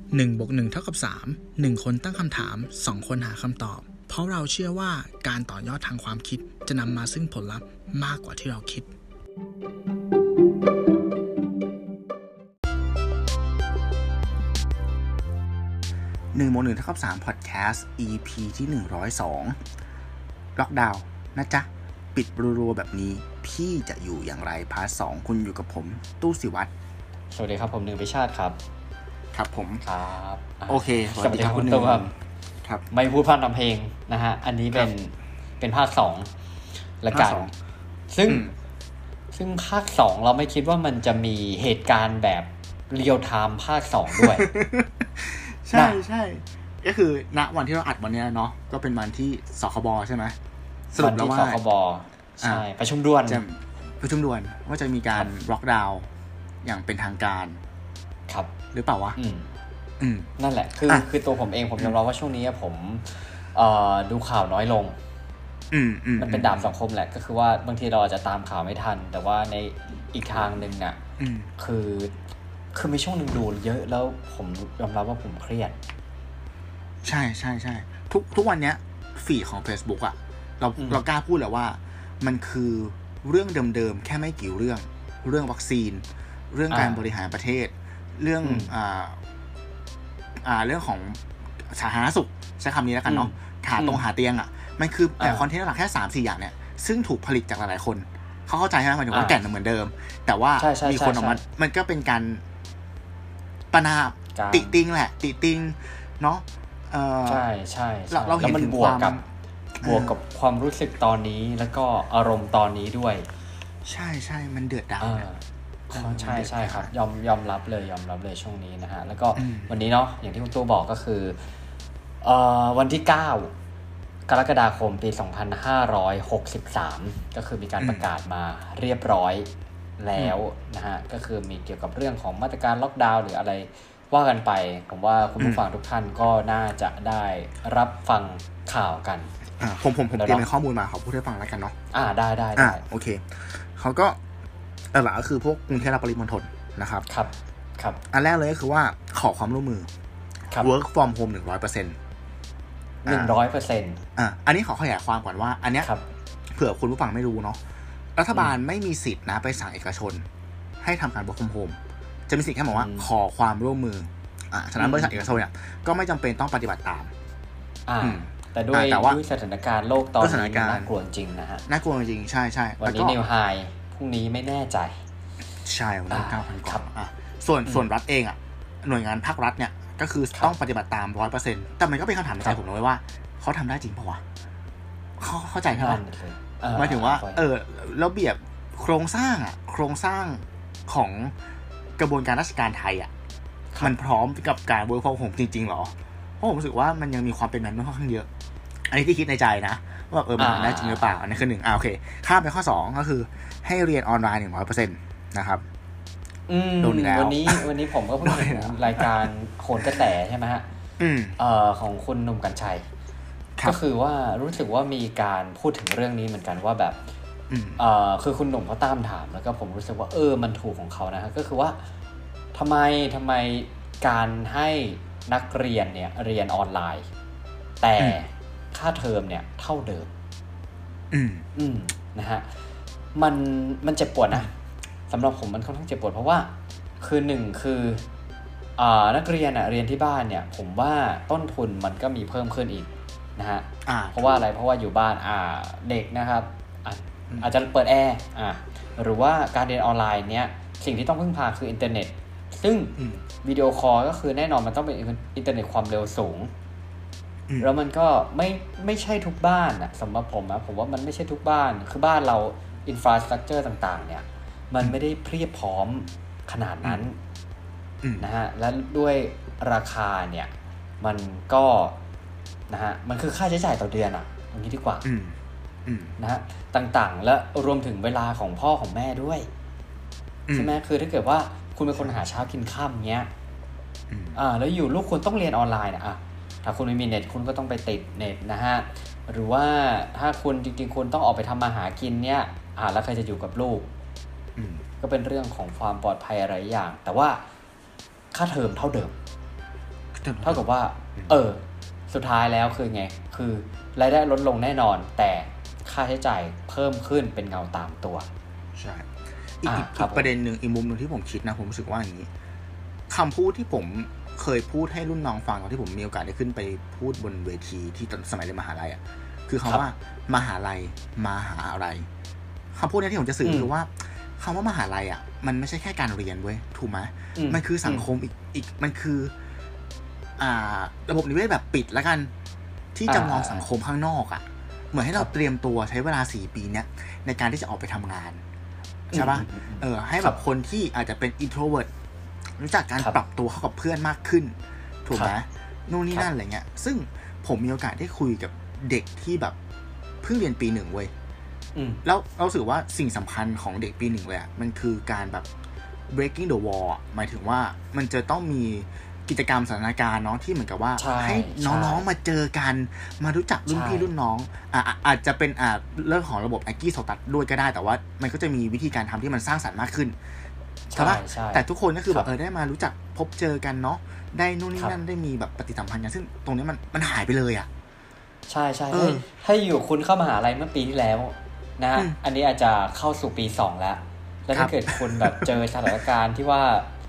1+1 เท่ากับ3 1คนตั้งคำถาม2คนหาคำตอบเพราะเราเชื่อว่าการต่อยอดทางความคิดจะนำมาซึ่งผลลัพธ์มากกว่าที่เราคิด 1+1 เท่ากับ3 Podcast EP ที่102ล็อกดาวน์นะจ๊ะปิดรัวๆแบบนี้พี่จะอยู่อย่างไรพาร์ท 2คุณอยู่กับผมตู้ศิวัตรสวัสดีครับผมหนึ่งพิชาติครับครับผมครับโอเคสวัสดีครับคุณหนึ่งครับไม่พูดพร่ำทำเพลงนะฮะอันนี้เป็นภาค2ละกันซึ่งภาค2เราไม่คิดว่ามันจะมีเหตุการณ์แบบเรียลไทม์ภาค2ด้วยใช่ใช่ก็คือณวันที่เราอัดวันนี้เนาะก็เป็นวันที่สคบใช่ไหมสรุปแล้วว่าสคบใช่ประชุมด่วนว่าจะมีการล็อกดาวน์อย่างเป็นทางการครับหรือเปล่าวะนั่นแหละคือตัวผมเองผมยอมรับว่าช่วงนี้ผมดูข่าวน้อยลงมันเป็นดาบสังคมแหละก็คือว่าบางทีเราอาจจะตามข่าวไม่ทันแต่ว่าในอีกทางนึงเนี่ยคือมีช่วงนึงดูเยอะแล้วผมยอมรับว่าผมเครียดใช่ทุกวันเนี้ยฟีดของ Facebook อ่ะเรากล้าพูดเลยว่ามันคือเรื่องเดิมๆแค่ไม่กี่เรื่องวัคซีนเรื่องการบริหารประเทศเรื่องเรื่องของสาธารณสุขใช้คำนี้แล้วกันเนาะหาเตียงอ่ะมันคือแต่คอนเทนต์หลักแค่ 3-4 อย่างเนี่ยซึ่งถูกผลิตจากหลายๆคนเขาเข้าใจใช่ไหมหมายถึงว่าแก่นเหมือนเดิมแต่ว่ามีคนออกมามันก็เป็นการประนามติติงแหละติติงเนาะใช่เราเห็นถึงบวกกับความรู้สึกตอนนี้แล้วก็อารมณ์ตอนนี้ด้วยใช่มันเดือดดาลใช่ครับยอมรับเลยช่วงนี้นะฮะแล้วก็วันนี้เนาะอย่างที่คุณตู้บอกก็คือวันที่9กรกฎาคมปี2563ก็คือมีการประกาศมาเรียบร้อยแล้วนะฮะก็คือมีเกี่ยวกับเรื่องของมาตรการล็อกดาวน์หรืออะไรว่ากันไปผมว่าคุณผู้ฟังทุกท่านก็น่าจะได้รับฟังข่าวกันผมเตรียมข้อมูลมาขอพูดให้ฟังแล้วกันเนาะได้โอเคเขาก็หลักก็คือพวกกรุงเทพและปริมณฑลนะครับครับอันแรกเลยก็คือว่าขอความร่วมมือ work from home 100% อันนี้ขอขยายความก่อนว่าอันเนี้ยเผื่อคุณผู้ฟังไม่รู้เนาะรัฐบาลไม่มีสิทธิ์นะไปสั่งเอกชนให้ทำการ work from home จะมีสิทธิ์แค่บอกว่าขอความร่วมมือฉะนั้นบริษัทเอกชนเนี่ยก็ไม่จำเป็นต้องปฏิบัติตามแต่ด้วยสถานการณ์โลกตอนนี้น่ากลัวจริงนะฮะน่ากลัวจริงใช่วันนี้นิวไฮพรุ่งนี้ไม่แน่ใจใช่วันนี้ 9,000 กว่าส่วนรัฐเองหน่วยงานภาครัฐเนี่ยก็คือต้องปฏิบัติตาม 100% แต่มันก็เป็นคำถามในใจผมนะว่าเขาทำได้จริงป่าววะเข้าใจใช่ไหมหมายถึงว่าระเบียบโครงสร้างของกระบวนการราชการไทยมันพร้อมกับการ work from home จริงๆหรอเพราะผมรู้สึกว่ามันยังมีความเป็นแมนนวลค่อนข้างเยอะอันนี้ที่คิดในใจนะว่ามันได้จริงหรือเปล่าอันนี้คือ1โอเคข้ามไปข้อ2ก็คือให้เรียนออนไลน์ 100% นะครับวันนี้ผมก็เพิ่งเห็นรายการโหนกระแสใช่ไหมฮะของคุณหนุ่มกรรชัยก็คือว่ารู้สึกว่ามีการพูดถึงเรื่องนี้เหมือนกันว่าแบบคือคุณหนุ่มเขาตามถามแล้วก็ผมรู้สึกว่ามันถูกของเขานะฮะก็คือว่าทำไมการให้นักเรียนเนี่ยเรียนออนไลน์แต่ค่าเทอมเนี่ยเท่าเดิมนะฮะมันเจ็บปวดนะสำหรับผมมันค่อนข้างเจ็บปวดเพราะว่าคือ1คือนักเรียนเรียนที่บ้านเนี่ยผมว่าต้นทุนมันก็มีเพิ่มขึ้นอีกนะฮะเพราะว่าอะไรเพราะว่าอยู่บ้านเด็กนะครับอาจจะเปิดแอร์หรือว่าการเรียนออนไลน์เนี้ยสิ่งที่ต้องพึ่งพาคืออินเทอร์เน็ตซึ่งวิดีโอคอลก็คือแน่นอนมันต้องเป็นอินเทอร์เน็ตความเร็วสูงแล้วมันก็ไม่ใช่ทุกบ้านสำหรับผมว่ามันไม่ใช่ทุกบ้านคือบ้านเราอินฟราสตรัคเจอร์ต่างๆเนี่ยมันไม่ได้เพียบพร้อมขนาดนั้นนะฮะและด้วยราคาเนี่ยมันก็นะฮะมันคือค่าใช้จ่ายต่อเดือนอย่างนี้ดีกว่านะฮะต่างๆและรวมถึงเวลาของพ่อของแม่ด้วยใช่ไหมคือถ้าเกิดว่าคุณเป็นคนหาเช้ากินค่ำเงี้ยแล้วอยู่ลูกคุณต้องเรียนออนไลน์ถ้าคุณไม่มีเน็ตคุณก็ต้องไปติดเน็ตนะฮะหรือว่าถ้าคุณจริงๆคุณต้องออกไปทำมาหากินเนี่ยแล้วใครจะอยู่กับลูกก็เป็นเรื่องของความปลอดภัยอะไรอย่างแต่ว่าค่าเทอมเท่าเดิมเท่ากับว่าสุดท้ายแล้วคือไงคือรายได้ลดลงแน่นอนแต่ค่าใช้จ่ายเพิ่มขึ้นเป็นเงาตามตัวใช่อีกประเด็นหนึ่งอีกมุมหนึ่งที่ผมคิดนะผมรู้สึกว่าอย่างนี้คำพูดที่ผมเคยพูดให้รุ่นน้องฟังตอนที่ผมมีโอกาสได้ขึ้นไปพูดบนเวทีที่ตอนสมัยเรียนมหาลัยอ่ะคือคำว่ามหาลัยมาหาอะไรคำพูดนี้ที่ผมจะสื่อคือว่าคำว่ามหาลัยอ่ะมันไม่ใช่แค่การเรียนเว้ยถูกไหมมันคือสังคมอีกมันคือระบบนิเวศแบบปิดแล้วกันที่จะมองสังคมข้างนอกอ่ะเหมือนให้เราเตรียมตัวใช้เวลา4 ปีเนี้ยในการที่จะออกไปทำงานใช่ป่ะให้แบบคนที่อาจจะเป็น introvert รู้จักการปรับตัวเข้ากับเพื่อนมากขึ้นถูกไหมนู่นนี่นั่นอะไรเงี้ยซึ่งผมมีโอกาสได้คุยกับเด็กที่แบบเพิ่งเรียนปี 1เว้ยแล้วเราสึกว่าสิ่งสำคัญของเด็กปี 1เลยอ่ะมันคือการแบบ breaking the wall หมายถึงว่ามันจะต้องมีกิจกรรมสถานการณ์เนาะที่เหมือนกับว่าให้น้องๆมาเจอกันมารู้จักรุ่นพี่รุ่นน้องอาจจะเป็นเรื่องของระบบแอคกี้โซตัสด้วยก็ได้แต่ว่ามันก็จะมีวิธีการทำที่มันสร้างสรรค์มากขึ้นใช่ป่ะแต่ทุกคนก็คือแบบได้มารู้จักพบเจอกันเนาะได้นู่นนี่นั่นได้มีแบบปฏิสัมพันธ์กันซึ่งตรงนี้มันหายไปเลยอ่ะใช่ใช่ถ้าอยู่คุณเข้ามหาลัยเมื่อปีที่แล้วนะอันนี้อาจจะเข้าสู่ปี2แล้วถ้าเกิดคุณแบบเจอสถานการณ์ที่ว่า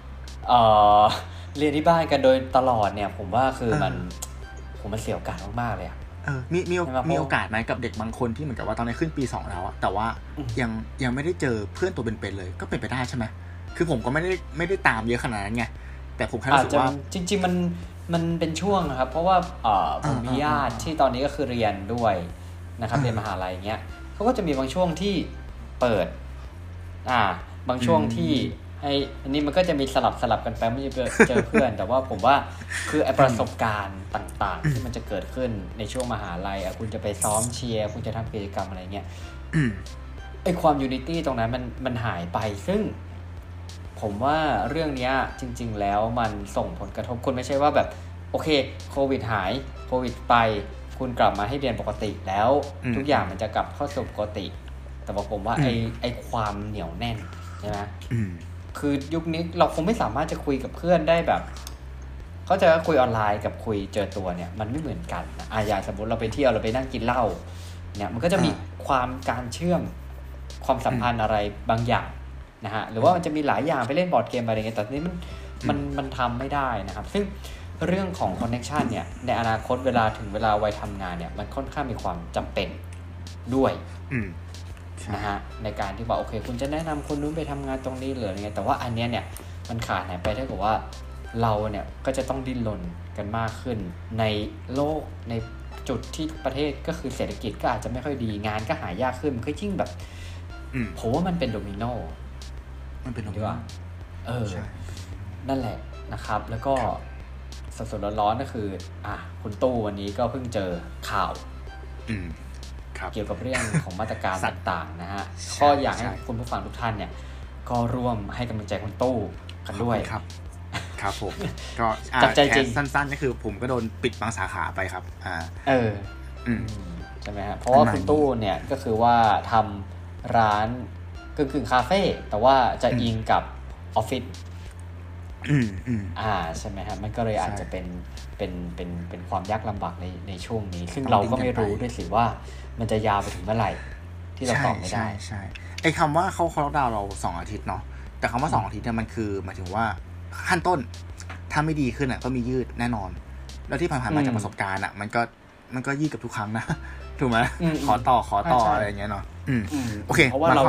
เรียนที่บ้านกันโดยตลอดเนี่ยผมว่าคือมันเสียโอกาสมากๆเลยอ่ะมีโอกาสไหมกับเด็กบางคนที่เหมือนกับว่าตอนนี้ขึ้นปี2แล้วอะแต่ว่ายังไม่ได้เจอเพื่อนตัวเป็นๆเลยก็เป็นไปได้ใช่ไหมคือผมก็ไม่ได้ตามเยอะขนาดนั้นไงแต่ผมแค่รู้สึกว่าจริงๆมันเป็นช่วงครับเพราะว่าผมมีญาติที่ตอนนี้ก็คือเรียนด้วยนะครับเรียนมหาลัยอย่างเงี้ยเขาก็จะมีบางช่วงที่เปิดบางช่วงที่อันนี้มันก็จะมีสลับกันไปไม่เจอเพื่อน แต่ว่าผมว่าคือไอ้ประสบการณ์ต่างๆที่มันจะเกิดขึ้นในช่วงมหาลัยคุณจะไปซ้อมเชียร์คุณจะทำกิจกรรมอะไรเงี้ยไอ้ความยูนิตี้ตรงนั้นมันหายไปซึ่งผมว่าเรื่องนี้จริงๆแล้วมันส่งผลกระทบคุณไม่ใช่ว่าแบบโอเคโควิดหายโควิดไปคุณกลับมาให้เรียนปกติแล้วทุกอย่างมันจะกลับเข้าสู่ปกติแต่ว่าผมว่าไอ้ความเหนียวแน่นใช่ไหมคือยุคนี้เราคงไม่สามารถจะคุยกับเพื่อนได้แบบเขาจะคุยออนไลน์กับคุยเจอตัวเนี่ยมันไม่เหมือนกันอย่างสมมติเราไปเที่ยวเราไปนั่งกินเหล้าเนี่ยมันก็จะมีความการเชื่อมความสัมพันธ์อะไรบางอย่างนะฮะหรือว่ามันจะมีหลายอย่างไปเล่นบอร์ดเกมอะไรเงี้ยแต่นี้มันทำไม่ได้นะครับซึ่งเรื่องของคอนเนคชันเนี่ยในอนาคตเวลาถึงเวลาวัยทำงานเนี่ยมันค่อนข้างมีความจำเป็นด้วยนะฮะในการที่ว่าโอเคคุณจะแนะนำคนนู้นไปทำงานตรงนี้หรืออะไรเงี้ยแต่ว่าอันเนี้ยเนี่ยมันขาดหายไปเท่ากับว่าเราเนี่ยก็จะต้องดิ้นรนกันมากขึ้นในโลกในจุดที่ประเทศก็คือเศรษฐกิจก็อาจจะไม่ค่อยดีงานก็หายากขึ้นมันก็ยิ่งแบบผมว่ามันเป็นโดมิโนมันเป็นโดมิโนนั่นแหละนะครับแล้วก็สดๆร้อนๆก็คือคุณตู้วันนี้ก็เพิ่งเจอข่าวเกี่ยวกับเรื่องของมาตรการต่างๆนะฮะก็อยากให้คุณผู้ฟังทุกท่านเนี่ยก็ร่วมให้กำลังใจคุณตู้กันด้วยครับผมก็จับใจจริงสั้นๆก็คือผมก็โดนปิดบางสาขาไปครับใช่ไหมฮะเพราะว่าคุณตู้เนี่ยก็คือว่าทำร้านกึ่งคาเฟ่แต่ว่าจะอิงกับออฟฟิศใช่ไหมฮะมันก็เลยอาจจะเป็นความยากลำบากในช่วงนี้ซึ่งเราก็ไม่รู้ด้วยสิว่ามันจะยาวไปถึงเมื่อไหร่ที่เราตอบไม่ได้ใช่ไอ้คำว่าเขาล็อกดาวน์เรา2 อาทิตย์เนาะแต่คำว่า2 อาทิตย์เนี่ยมันคือหมายถึงว่าขั้นต้นถ้าไม่ดีขึ้นก็มียืดแน่นอนแล้วที่ผ่านมาจากประสบการณ์มันก็ยืดกับทุกครั้งนะถูกไหมขอต่ออะไรอย่างเงี้ยเนาะโอเคเพราะว่าเรา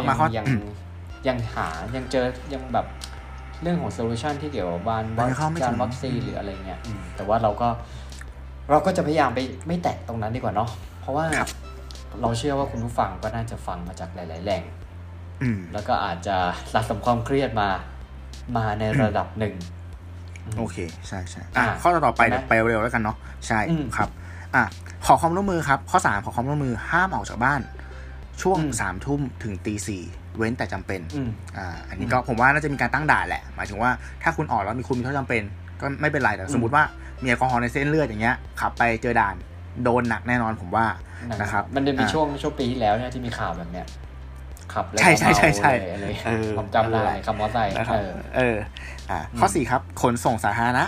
ยังเจอยังแบบเรื่องของโซลูชันที่เกี่ยวกับการวัคซีนหรืออะไรเงี้ยแต่ว่าเราก็จะพยายามไปไม่แตะตรงนั้นดีกว่าเนาะเพราะว่าเราเชื่อว่าคุณผู้ฟังก็น่าจะฟังมาจากหลายๆแหล่งแล้วก็อาจจะสะสมความเครียดมาในระดับหนึ่งโอเคใช่ข้อต่อไปเดี๋ยวไปเร็วแล้วกันเนาะใช่ครับขอความร่วมมือครับข้อ3ขอความร่วมมือห้ามออกจากบ้านช่วง 3 ทุ่มถึงตี 4เว้นแต่จำเป็นอันนี้ก็ผมว่าน่าจะมีการตั้งด่านแหละหมายถึงว่าถ้าคุณออกแล้วมีเท่าจำเป็นก็ไม่เป็นไรแต่สมมติว่ามีแอลกอฮอล์ในเส้นเลือดอย่างเงี้ยขับไปเจอด่านโดนหนักแน่นอนผมว่านะครับมันจะมีช่วงปีที่แล้วเนี่ยที่มีข่าวแบบเนี้ยขับแล้วใช่ผมจำได้ขับมอเตอร์ไซค์ข้อ4ครับขนส่งสาธารณะ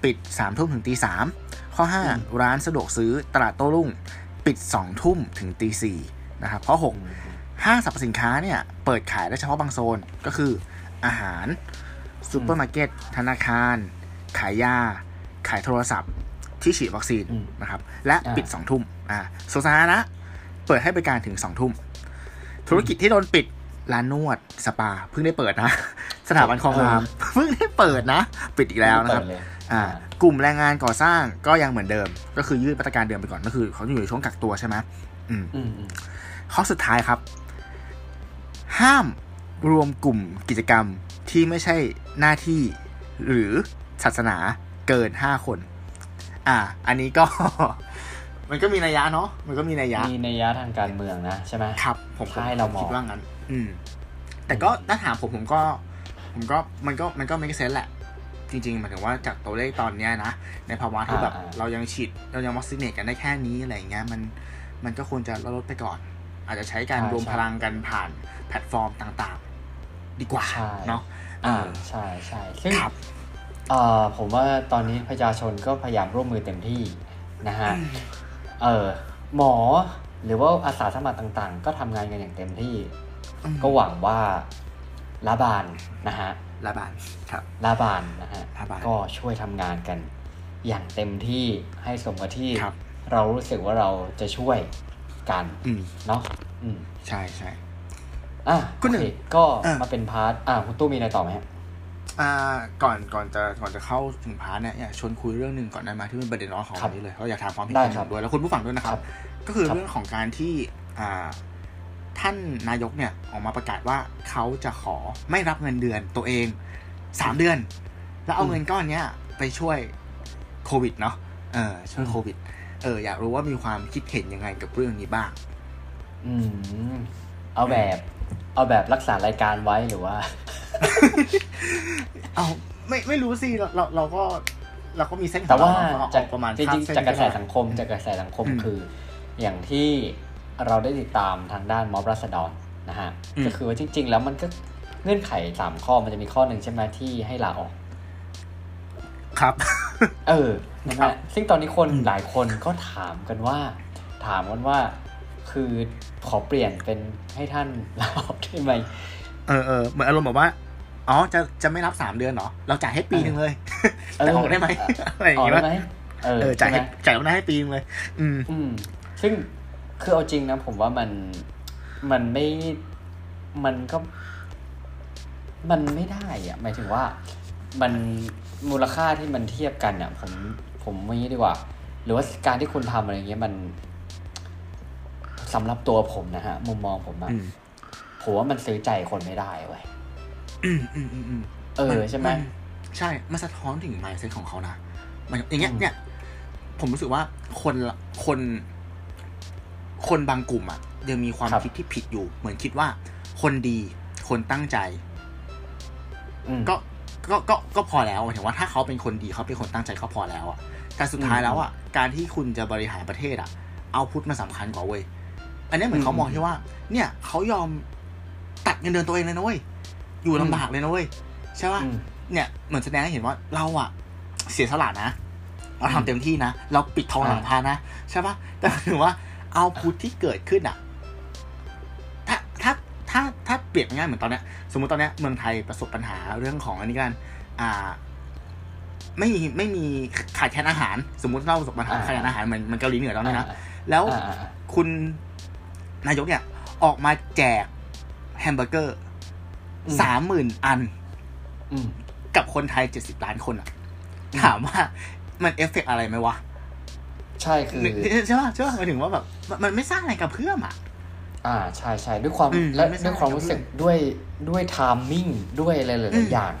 ปิด 3 ทุ่มถึงตี 3 ข้อ 5 ร้านสะดวกซื้อตลาดโต้รุ่งปิด 2 ทุ่มถึงตี 4 นะครับข้อ 6 ห้างสรรพสินค้าเนี่ยเปิดขายได้เฉพาะบางโซนก็คืออาหารซูเปอร์มาร์เก็ตธนาคารขายยาขายโทรศัพท์ที่ฉีดวัคซีนนะครับและปิด 2 ทุ่มสวนสาธารณะเปิดให้บริการถึง 2 ทุ่มธุรกิจที่โดนปิดร้านนวดสปาเพิ่งได้เปิดนะสถาบันคลองรามเพิ่งได้เปิดนะปิดอีกแล้วนะครับกลุ่มแรงงานก่อสร้างก็ยังเหมือนเดิมก็คือยืดมาตรการเดิมไปก่อนก็คือเขาอยู่ในช่วงกักตัวใช่ไหมข้อสุดท้ายครับห้ามรวมกลุ่มกิจกรรมที่ไม่ใช่หน้าที่หรือศาสนาเกิน5 คนอันนี้ก็ มันก็มีนัยยะเนาะมันก็มีนัยยะทางการเมืองนะใช่ไหมครับผมให้เราคิดว่างั้นแต่ก็ถ้าถามผมก็มันก็make sense แหละจริงๆหมายถึงว่าจากตัวเลขตอนนี้นะในภาวะที่แบบเรายังฉีดเรายังวัคซีนกันได้แค่นี้อะไรอย่างเงี้ยมันก็ควรจะลดไปก่อนอาจจะใช้การรวมพลังกันผ่านแพลตฟอร์มต่างๆดีกว่าเนาะใช่ซึ่งผมว่าตอนนี้ประชาชนก็พยายามร่วมมือเต็มที่นะฮะหมอหรือว่าอาสาสมัครต่างๆก็ทำงานกันอย่างเต็มที่ก็หวังว่ารัฐบาลนะฮะรัฐบาลครับรัฐบาลนะฮะก็ช่วยทำงานกันอย่างเต็มที่ให้สมกับที่เรารู้สึกว่าเราจะช่วยกันเนาะใช่ใช่คุณหนึ่งก็มาเป็นพาร์ทคุณตู้มีอะไรต่อไหมฮะก่อนจะเข้าถึงพาร์ทเนี่ยชวนคุยเรื่องนึงก่อนได้ไหมที่เป็นประเด็นร้อนของวันนี้เลยเพราะอยากถามความคิดเห็นด้วยแล้วคุณผู้ฟังด้วยนะครับก็คือเรื่องของการที่ท่านนายกเนี่ยออกมาประกาศว่าเขาจะขอไม่รับเงินเดือนตัวเอง3 เดือนแล้วเอาเงินก้อนเนี้ยไปช่วยโควิดเนาะช่วยโควิดอยากรู้ว่ามีความคิดเห็นยังไงกับเรื่องนี้บ้างเอาแบบรักษารายการไว้หรือว่าไม่รู้สิเราก็มีเส้นแต่ว่าจากประมาณจริงๆจากกระแสสังคมคืออย่างที่เราได้ติดตามทางด้านม็อบราษฎรนะฮะก็คือว่าจริงๆแล้วมันก็เงื่อนไข3 ข้อมันจะมีข้อหนึ่งใช่ไหมที่ให้ลาออกครับนะฮะซึ่งตอนนี้คนหลายคนก็ถามกันว่าคือขอเปลี่ยนเป็นให้ท่านลาออกได้ไหมเหมือนอารมณ์แบบว่าจะไม่รับ3 เดือนเหรอเราจ่ายให้ปีนึงเลยแต่ออกได้ไหมอะไรอย่างเงี้ยจ่ายมาให้ปีนึงเลยซึ่งคือเอาจริงนะผมว่ามันไม่ได้อะหมายถึงว่ามันมูลค่าที่มันเทียบกันอ่ะผมไม่ดีกว่าหรือว่าการที่คุณทำอะไรอย่างเงี้ยมันสำหรับตัวผมนะฮะมุมมองผมผมว่ามันซื้อใจคนไม่ได้เว้ยใช่ไหมใช่มันสะท้อนถึง mindset ของเขานะมันอย่างเงี้ยเนี่ยผมรู้สึกว่าคนบางกลุ่มยังมีความคิดที่ผิดอยู่เหมือนคิดว่าคนดีคนตั้งใจก็พอแล้วหมายถึงว่าถ้าเขาเป็นคนดีเขาเป็นคนตั้งใจเขาพอแล้วแต่สุดท้ายแล้วการที่คุณจะบริหารประเทศเอาพุทธมาสำคัญกว่าเว้ยอันนี้เหมือนเขามองที่ว่าเนี่ยเขายอมตัดเงินเดือนตัวเองเลยนะเว้ยอยู่ลำบากเลยนะเว้ยใช่ป่ะเนี่ยเหมือนแสดงให้เห็นว่าเราเสียสละนะเราทำเต็มที่นะเราปิดทองหลังพระนะใช่ป่ะแต่ถึงว่าเอาพุทธที่เกิดขึ้นถ้าเปรียบง่ายเหมือนตอนเนี้ยสมมุติตอนเนี้ยเมืองไทยประสบปัญหาเรื่องของอันนี้กันไม่มีขาดแคลนอาหารสมมุติเราประสบปัญหาขาดแคลนอาหารมันเกาหลีเหนือแล้วนะแล้วคุณนายกเนี่ยออกมาแจกแฮมเบอร์เกอร์ 30,000 อันกับคนไทย70 ล้านคนถามว่ามันเอฟเฟกต์อะไรไหมวะใช่คือใช่ป่ะหมายถึงว่าแบบมันไม่สร้างอะไรกับเพื่อมใช่ด้วยความและด้วยความรู้สึกด้วยไทมิ่งด้วยอะไรหลายๆอย่าง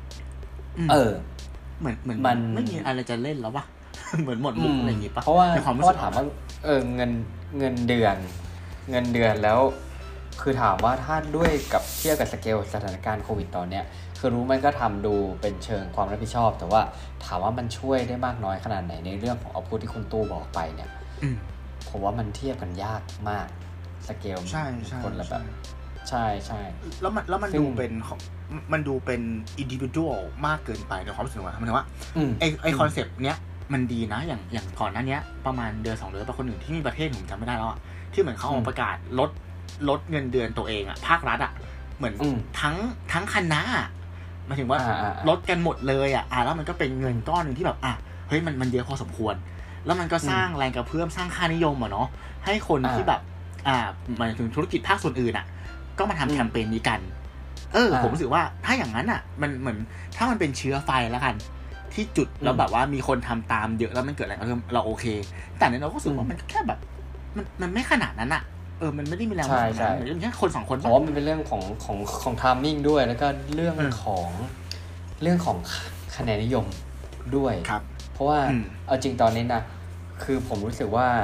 เหมือนมันไม่มีอะไรจะเล่นแล้ววะเหมือนหมดมุกอะไรอย่างงี้ป่ะเพราะว่าถามว่าเงินเดือนแล้วคือถามว่าถ้าด้วยกับเทียบกับสเกลสถานการณ์โควิดตอนเนี้ยคือรู้มันก็ทำดูเป็นเชิงความรับผิดชอบแต่ว่าถามว่ามันช่วยได้มากน้อยขนาดไหนในเรื่องของเอาพูดที่คุณตู้บอกไปเนี่ยผมว่ามันเทียบกันยากมากสเกลคนละแบบใช่แล้วมันดูเป็นมันดูเป็น individual มากเกินไปในความรู้สึกว่าหมายถึงว่าไอคอนเซปต์เนี้ยมันดีนะอย่างก่อนหน้านี้ประมาณเดือน2 เดือนคนหนึ่งที่มีประเทศผมจำไม่ได้แล้วอ่ะที่เหมือนเขาออกประกาศลดเงินเดือนตัวเองอ่ะภาครัฐอ่ะเหมือนทั้งคณะหมายถึงว่าลดกันหมดเลยอ่ะแล้วมันก็เป็นเงินก้อนนึงที่แบบเฮ้ยมันเยอะพอสมควรแล้วมันก็สร้างแรงกระเพื่อมสร้างค่านิยมอ่ะเนาะให้คนที่แบบหมายถึงธุรกิจภาคส่วนอื่นอ่ะก็มาทำแคมเปญนี้กันผมรู้สึกว่าถ้าอย่างนั้นอ่ะมันเหมือนถ้ามันเป็นเชื้อไฟแล้วกันที่จุดแล้วแบบว่ามีคนทำตามเยอะแล้วมันเกิดแรงกระเพื่อมเราโอเคแต่เนี่ยเราก็รู้สึกว่ามันแค่แบบมันไม่ขนาดนั้นอ่ะมันไม่ได้มีแรงขนาดนั้นมันแค่คน2 คนเพราะมันเป็นเรื่องของไทมิ่งด้วยแล้วก็เรื่องของคะแนนนิยมด้วยเพราะว่าเอาจริงตอนนี้นะคือผมรู้สึกว่า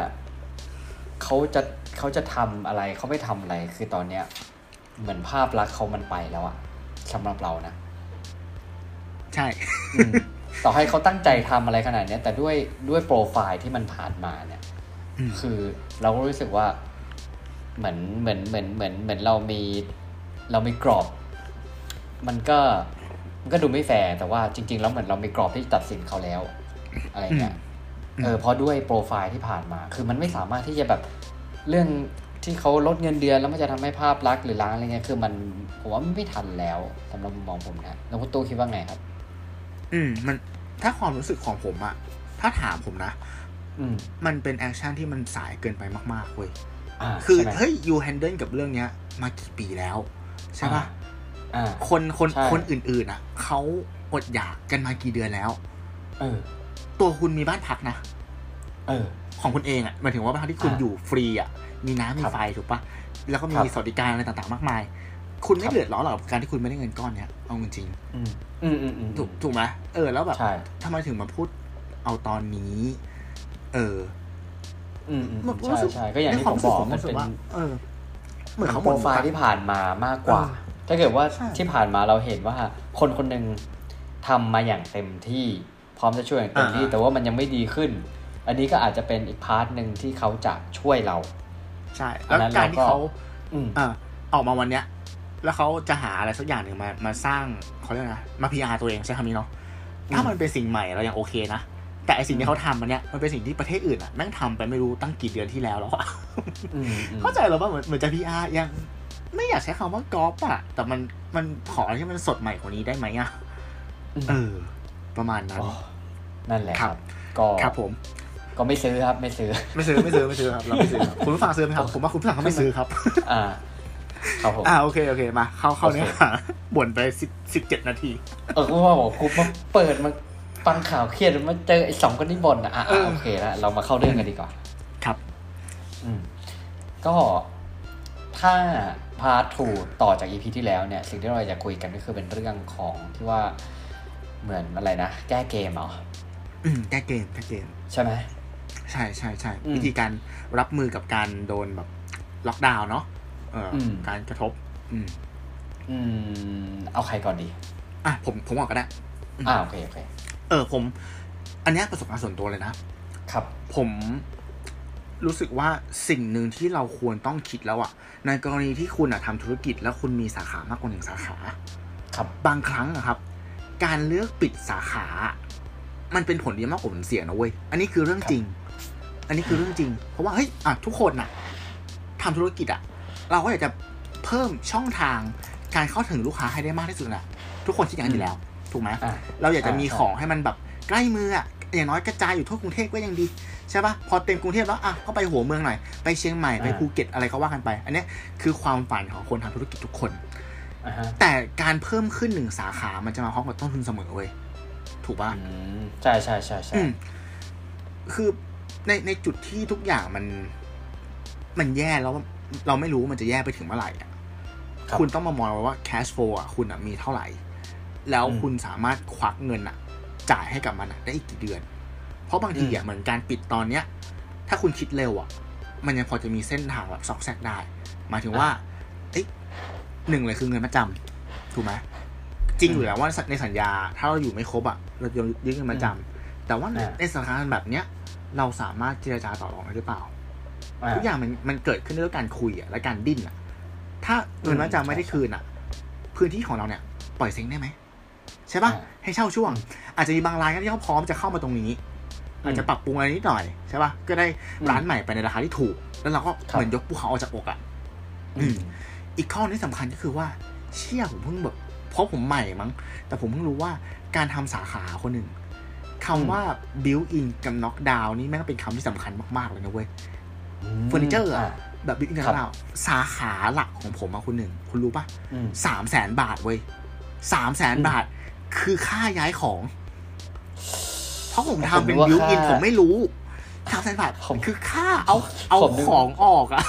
เขาจะทำอะไรเขาไม่ทำอะไรคือตอนเนี้ยเหมือนภาพลักษณ์เขามันไปแล้วอะสำหรับเรานะใช่ต่อให้เขาตั้งใจทำอะไรขนาดนี้แต่ด้วยโปรไฟล์ที่มันผ่านมาเนี่ยคือเราก็รู้สึกว่าเหมือนเรามีกรอบมันก็ดูไม่แฟร์แต่ว่าจริงๆแล้วเหมือนเรามีกรอบที่ตัดสินเขาแล้วอะไรเงี้ยเพราะด้วยโปรไฟล์ที่ผ่านมาคือมันไม่สามารถที่จะแบบเรื่องที่เขาลดเงินเดือนแล้วมันจะทำให้ภาพลักษณ์หรือล้างอะไรเงี้ยคือมันผมว่ามันไม่ทันแล้วสำหรับมุมมองผมนะแล้วคุณตู้คิดว่าไงครับมันถ้าความรู้สึกของผมอะถ้าถามผมนะมันเป็นแอคชั่นที่มันสายเกินไปมากๆเว้ยคือเฮ้ยยูแฮนเดิลกับเรื่องเนี้ยมากี่ปีแล้วใช่ป่ะคนอื่นๆอ่ะเขาอดอยากกันมากี่เดือนแล้วตัวคุณมีบ้านพักนะของคุณเองอ่ะหมายถึงว่าบ้านที่คุณอยู่ฟรีอ่ะมีน้ำมีไฟถูกป่ะแล้วก็มีสวัสดิการอะไรต่างๆมากมายคุณไม่เดือดร้อนหรอกกับการที่คุณไม่ได้เงินก้อนเนี้ยเอาจริงถูกไหมแล้วแบบทำไมถึงมาพูดเอาตอนนี้ใช่ก็อย่างที่ผมบอกมันเป็นเหมือนเขาโปรไฟล์ที่ผ่านมามากกว่าถ้าเกิดว่าที่ผ่านมาเราเห็นว่าคนนึงทำมาอย่างเต็มที่พร้อมจะช่วยอย่างเต็มที่แต่ว่ามันยังไม่ดีขึ้นอันนี้ก็อาจจะเป็นอีกพาร์ทนึงที่เขาจะช่วยเราใช่แล้วการที่เขาออกมาวันเนี้ยแล้วเขาจะหาอะไรสักอย่างหนึ่งมาสร้างเขาเรียกนะมา PR ตัวเองใช่คำนี้เนาะถ้ามันเป็นสิ่งใหม่เรายังโอเคนะแต่ไอสิ่งที่เขาทำมันเนี้ยมันเป็นสิ่งที่ประเทศอื่นอ่ะแม่งทำไปไม่รู้ตั้งกี่เดือนที่แล้วอะเข้าใจหรอว่าเหมือนจะ PR ยังไม่อยากใช้คำว่าก๊อปอ่ะแต่มันขออะไรที่มันสดใหม่กว่านี้ได้ไหมอ่ะประมาณนั้นนั่นแหละครับก็ครับผมก็ไม่ซื้อครับไม่ซื้อครับเราไม่ซื้อครับคุณผู้ฟังซื้อไหมครับผมว่าคุณผู้ฟังเขาไม่ซื้อครับครับผมโอเคมาเข้าเนื้อหาบ่นไป17 นาทีกูว่าบอกกูมาเปิดมาฟังข่าวเครียดมาเจอไอ้2คนนี้บ่นโอเคแล้วเรามาเข้าเรื่องกันดีกว่าครับก็ถ้าพาร์ท 2ต่อจาก EP ที่แล้วเนี่ยสิ่งที่เราจะคุยกันก็คือเป็นเรื่องของที่ว่าเหมือนอะไรนะแก้เกมเหรอแก้เกมใช่ไหมใช่วิธีการรับมือกับการโดนแบบล็อกดาวน์เนาะการกระทบเอาใครก่อนดีผมก่อนก็ได้โอเคผมอันนี้ประสบการณ์ส่วนตัวเลยนะครับผมรู้สึกว่าสิ่งหนึ่งที่เราควรต้องคิดแล้วอ่ะในกรณีที่คุณทำธุรกิจแล้วคุณมีสาขามากกว่า1 สาขาครับบางครั้งนะครับการเลือกปิดสาขามันเป็นผลดีมากกว่าผลเสียนะเว้ยอันนี้คือเรื่องจริงเพราะว่าเฮ้ยทุกคนน่ะทำธุรกิจเราก็อยากจะเพิ่มช่องทางการเข้าถึงลูกค้าให้ได้มากที่สุดทุกคนคิดอย่างนั้นอยู่แล้วถูกไหมเราอยากจะมีของให้มันแบบใกล้มืออย่างน้อยกระจายอยู่ทั่วกรุงเทพก็ยังดีใช่ป่ะพอเต็มกรุงเทพแล้วก็ไปหัวเมืองหน่อยไปเชียงใหม่ไปภูเก็ตอะไรก็ว่ากันไปอันนี้คือความฝันของคนทำธุรกิจทุกคนแต่การเพิ่มขึ้น1 สาขามันจะมาพร้อมกับต้นทุนเสมอเว้ยถูกป่ะใช่คือในจุดที่ทุกอย่างมันแย่แล้วเราไม่รู้มันจะแย่ไปถึงเมื่อไหร่คุณต้องมามองว่า cash flow คุณมีเท่าไหร่แล้วคุณสามารถควักเงินจ่ายให้กับมันได้อีกกี่เดือนเพราะบางทีเหมือนการปิดตอนเนี้ยถ้าคุณคิดเร็วมันยังพอจะมีเส้นทางแบบซอกแซกได้หมายถึงว่าหนึ่งเลยคือเงินมัดจำถูกไหมจริงอยู่แล้วว่าในสัญญาถ้าเราอยู่ไม่ครบเราจะยึดเงินมัดจำแต่ว่าในสถานการณ์แบบเนี้ยเราสามารถเจรจาต่อรองได้หรือเปล่าทุกอย่างมันเกิดขึ้นด้วยการคุยและการดิ้นถ้าเงินมัดจำไม่ได้คืนพื้นที่ของเราเนี่ยปล่อยเซ็งได้ไหมใช่ป่ะให้เช่าช่วงอาจจะมีบางรายที่เขาพร้อมจะเข้ามาตรงนี้อาจจะปรับปรุงอะไรนิดหน่อยใช่ป่ะก็ได้ร้านใหม่ไปในราคาที่ถูกแล้วเราก็เหมือนยกภูเขาออกจากอกอ่ะอีกข้อที่สำคัญก็คือว่าเชี่ยผมเพิ่งแบบเพราะผมใหม่มั้งแต่ผมเพิ่งรู้ว่าการทำสาขาคนหนึ่งคำว่า build in กับ knock down นี่แม่งเป็นคำที่สำคัญมากๆเลยนะเว้ยเฟอร์นิเจอร์อะแบบ build in กับ knock down สาขาหลักของผมอะคุณหนึ่งคุณรู้ป่ะ300,000 บาทเว้ย300,000 บาทคือค่าย้ายของเพราะผมทำเป็น build in ผมไม่รู้300,000 บาทคือค่าเอาของออกอะ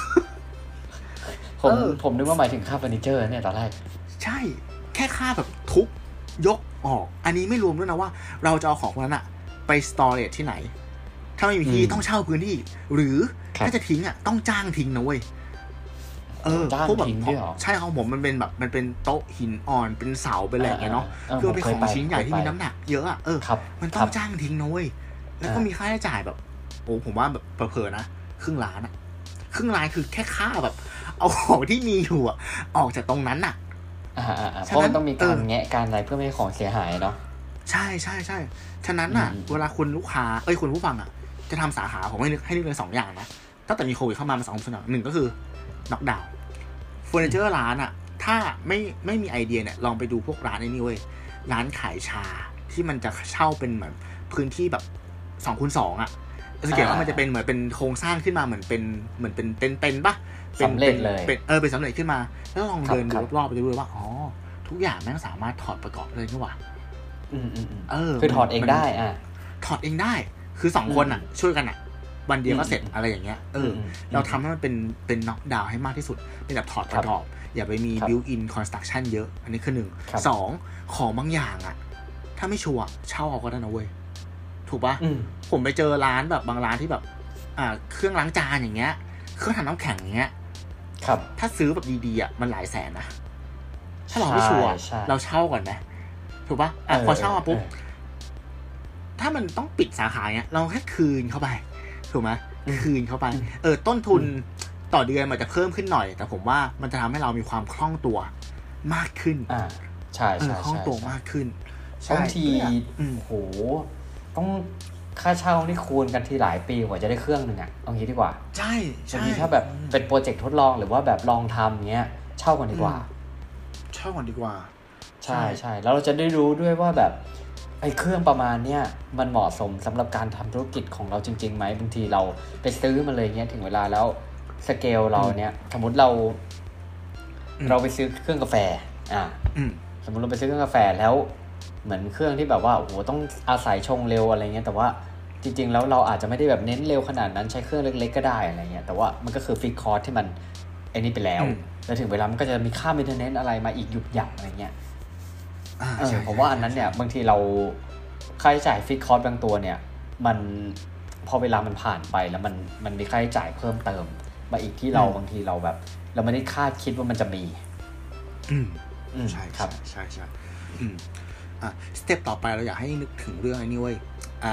ผมนึกว่าหมายถึงค่าเฟอร์นิเจอร์เนี่ยตอนแรกใช่แค่ค่าแบบทุบยกออกอันนี้ไม่รวมด้วยนะว่าเราจะเอาของพวกนั้นอะไปสตอเรจที่ไหนถ้าไม่มีที่ต้องเช่าพื้นที่หรือถ้าจะทิ้งอะต้องจ้างทิ้งนะเว้ยพวกแบบใช่ของผมมันเป็นแบบมันเป็นโต๊ะหินอ่อนเป็นเสาเป็นอะไรอย่างเงี้ยเนาะคือเป็นของชิ้นใหญ่ที่มีน้ำหนักเยอะอะมันต้องจ้างทิ้งนะเว้ยแล้วก็มีค่าใช้จ่ายแบบโอ้ผมว่าแบบเผลอๆนะครึ่งล้านอะครึ่งล้านคือแค่ค่าแบบเอาของที่มีอยู่อะออกจากตรงนั้นอะเพราะมันต้องมีการแงะการอะไรเพื่อไม่ให้ของเสียหายเนาะใช่ใช่ใช่ฉะนั้นน่ะเวลาคุณลูกค้าคุณผู้ฟังอ่ะจะทำสาขาผมให้นึกเลย2 อย่างนะตั้งแต่มีโควิดเข้ามา2 อย่าง1ก็คือน็อกดาวน์เฟอร์นิเจอร์ร้านอ่ะถ้าไม่มีไอเดียเนี่ยลองไปดูพวกร้านไอ้นี่เว้ยร้านขายชาที่มันจะเช่าเป็นเหมือนพื้นที่แบบ2x2อ่ะสังเกตว่ามันจะเป็นเหมือนเป็นโครงสร้างขึ้นมาเหมือนเป็นเต็นท์ป่ะสำเร็จเลยเป็นสำเร็จขึ้นมาแล้วลองเดินดูรอบๆไปดูเลยว่าอ๋อทุกอย่างแม่งสามารถถอดประกอบเลยนี่หว่าคือถอดเองได้ถอดเองได้คือ2 คนอ่ะช่วยกันอ่ะวันเดียวก็เสร็จอะไรอย่างเงี้ยเราทำให้มันเป็นน็อกดาวน์ให้มากที่สุดเป็นแบบถอดประกอบอย่าไปมี built in construction เยอะอันนี้คือ1 2ของบางอย่างอ่ะถ้าไม่ชัวร์เช่าเอาก็ได้นะเว้ยถูกป่ะผมไปเจอร้านแบบบางร้านที่แบบเครื่องล้างจานอย่างเงี้ยเครื่องทำน้ำแข็งอย่างเงี้ยถ้าซื้อแบบดีๆอ่ะมันหลายแสนนะถ้าเราไม่ชัวร์เราเช่าก่อนไหมถูกป่ะพอเช่ามาปุ๊บถ้ามันต้องปิดสาขาเนี้ยเราแค่คืนเข้าไปถูกไหมคืนเข้าไปต้นทุนต่อเดือนมันจะเพิ่มขึ้นหน่อยแต่ผมว่ามันจะทำให้เรามีความคล่องตัวมากขึ้นใช่คล่องตัวมากขึ้นบางทีโหต้องค่าเช่านี่คูณกันทีหลายปีกว่าจะได้เครื่องนึงเอางี้ดีกว่าใช่บางทีถ้าแบบเป็นโปรเจกต์ทดลองหรือว่าแบบลองทำเงี้ยเช่ากันดีกว่าใช่แล้วเราจะได้รู้ด้วยว่าแบบไอ้เครื่องประมาณเนี้ยมันเหมาะสมสำหรับการทำธุรกิจของเราจริงๆไหมบางทีเราไปซื้อมาเลยเงี้ยถึงเวลาแล้วสเกลเราเนี้ยสมมติเราไปซื้อเครื่องกาแฟสมมติเราไปซื้อเครื่องกาแฟแล้วเหมือนเครื่องที่แบบว่าโอ้โหต้องอาศัยชงเร็วอะไรเงี้ยแต่ว่าจริงๆแล้วเราอาจจะไม่ได้แบบเน้นเร็วขนาดนั้นใช้เครื่องเล็กๆก็ได้อะไรเงี้ยแต่ว่ามันก็คือฟิกคอร์สที่มันไอ้นี่ไปแล้วแล้วถึงเวลามันก็จะมีค่าเมนเทนเนนซ์อะไรมาอีกหยุดหยักอะไรเงี้ยผมว่าอันนั้นเนี่ยบางทีเราค่าใช้จ่ายฟิกคอร์สบางตัวเนี่ยมันพอเวลามันผ่านไปแล้วมันมีค่าใช้จ่ายเพิ่มเติมมาอีกที่เราบางทีเราแบบเราไม่ได้คาดคิดว่ามันจะมีใช่ครับใช่สเต็ปต่อไปเราอยากให้นึกถึงเรื่องไอ้นี่เว้ย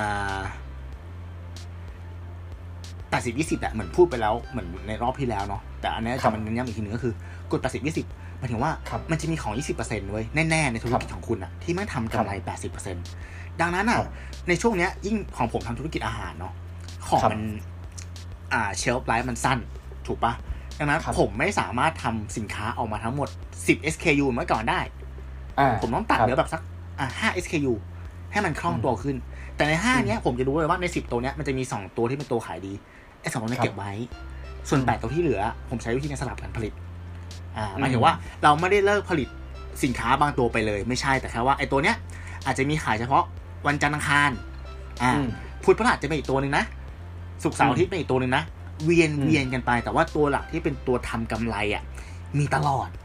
80-20เหมือนพูดไปแล้วเหมือนในรอบที่แล้วเนาะแต่อันนี้จะมันย้ำอีกทีนึงก็คือกฎ80-20หมายถึงว่ามันจะมีของ 20% เว้ยแน่ๆในธุรกิจของคุณอ่ะที่ไม่ทำกำไร 80% ดังนั้นอ่ะในช่วงเนี้ยยิ่งของผมทำธุรกิจอาหารเนาะของมันเชลฟ์ไลฟ์มันสั้นถูกปะดังนั้นผมไม่สามารถทำสินค้าออกมาทั้งหมด10 SKU เมื่อก่อนได้ผมต้องตัดเหลือแบบสัก5 SKU ให้มันคล่องตัวขึ้นแต่ใน5เนี้ยผมจะรู้เลยว่าใน10ตัวเนี้ยมันจะมี2ตัวที่เป็นตัวขายดีไอ้2ตัวนี้เก็บไว้ส่วน8ตัวที่เหลือผมใช้วิธีการสลับกันผลิตหมายถึงว่าเราไม่ได้เลิกผลิตสินค้าบางตัวไปเลยไม่ใช่แต่แค่ว่าไอ้ตัวเนี้ยอาจจะมีขายเฉพาะวันจันทร์อังคารพุธพฤหัสจะเป็นอีกตัวนึงนะศุกร์เสาร์อาทิตย์เป็นอีกตัวนึงนะเวียนกันไปแต่ว่าตัวหลักที่เป็นตัวทำกำไรมีตลอด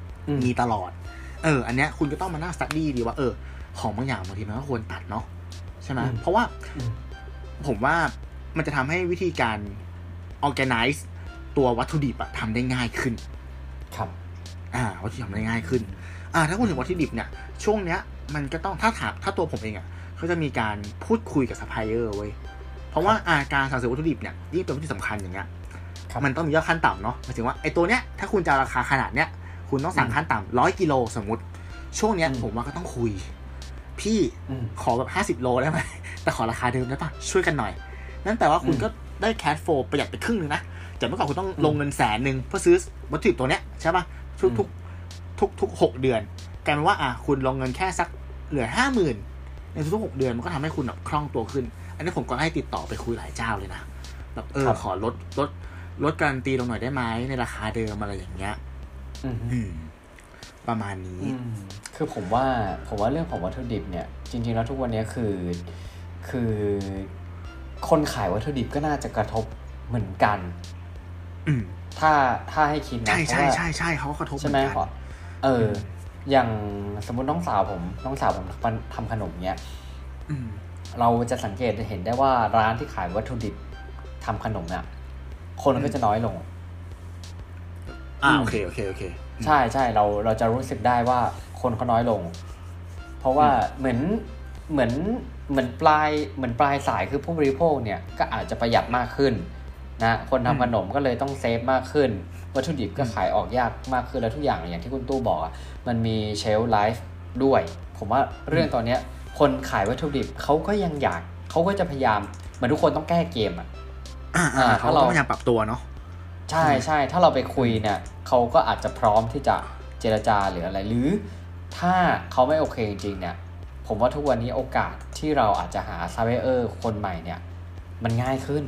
อันเนี้ยคุณก็ต้องมานั่งสตั๊ดดี้ดีว่าของบางอย่างบางทีมันก็ควรตัดเนาะใช่ไหมเพราะว่าผมว่ามันจะทำให้วิธีการ organize ตัววัตถุดิบทำได้ง่ายขึ้นครับวัตถุดิบทำได้ง่ายขึ้นถ้าพูดถึงวัตถุดิบเนี่ยช่วงเนี้ยมันก็ต้องถ้าตัวผมเองเขาจะมีการพูดคุยกับซัพพลายเออร์เว้ยเพราะว่าการสั่งซื้อวัตถุดิบเนี่ยยิ่งเป็นวัตถุดิบสำคัญอย่างเงี้ยมันต้องมียอดขั้นต่ำเนาะหมายถึงว่าไอ้ตัวเนี้ยถ้าคุณจะราคาขนาดเนี้ยคุณต้องสั่งขั้นต่ำ100 กิโลสมมติช่วงเนี้ยผมว่าก็ต้องคุยพี่ขอแบบ50 โลได้ไหมแต่ขอราคาเดิมได้ป่ะช่วยกันหน่อยนั่นแปลว่าคุณก็ได้แคชโฟลว์ประหยัดไปครึ่งนึงนะจากเมื่อก่อนคุณต้องลงเงิน100,000เพื่อซื้อวัตถุดิบตัวเนี้ยใช่ป่ะทุก6 เดือนกลายเป็นว่าคุณลงเงินแค่สักเหลือ 50,000 ในทุก6 เดือนมันก็ทำให้คุณแบบคล่องตัวขึ้นอันนี้ผมก็ให้ติดต่อไปคุยหลายเจ้าเลยนะแบบขอลดการันตีลงหน่อยได้ไหมในราคาเดิมอะไรอย่างเงี้ยประมาณนี้คือผมว่าเรื่องของวัตถุดิบเนี่ยจริงๆแล้วทุกวันนี้คือคนขายวัตถุดิบก็น่าจะกระทบเหมือนกันถ้าให้คิดนะใช่เขากระทบเหมือนกันอย่างสมมุติน้องสาวผมทำขนมเนี้ยเราจะสังเกตเห็นได้ว่าร้านที่ขายวัตถุดิบทำขนมเนี่ยคนก็จะน้อยลงโอเคใช่เราจะรู้สึกได้ว่าคนเขาน้อยลงเพราะว่าเหมือนปลายสายคือผู้บริโภคเนี่ยก็อาจจะประหยัดมากขึ้นนะคนทำขนมก็เลยต้องเซฟมากขึ้นวัตถุดิบก็ขายออกยากมากขึ้นแล้วทุกอย่างอย่างที่คุณตู้บอกมันมีเชลฟ์ไลฟ์ด้วยผมว่าเรื่องตอนนี้คนขายวัตถุดิบเขาก็ยังเขาก็จะพยายามเหมือนทุกคนต้องแก้เกมถ้าเราพยายามปรับตัวเนาะใช่ถ้าเราไปคุยเนี่ยเขาก็อาจจะพร้อมที่จะเจรจาหรืออะไรหรือถ้าเขาไม่โอเคจริงๆเนี่ยผมว่าทุกวันนี้โอกาสที่เราอาจจะหาซัพพลายเออร์คนใหม่เนี่ยมันง่ายขึ้น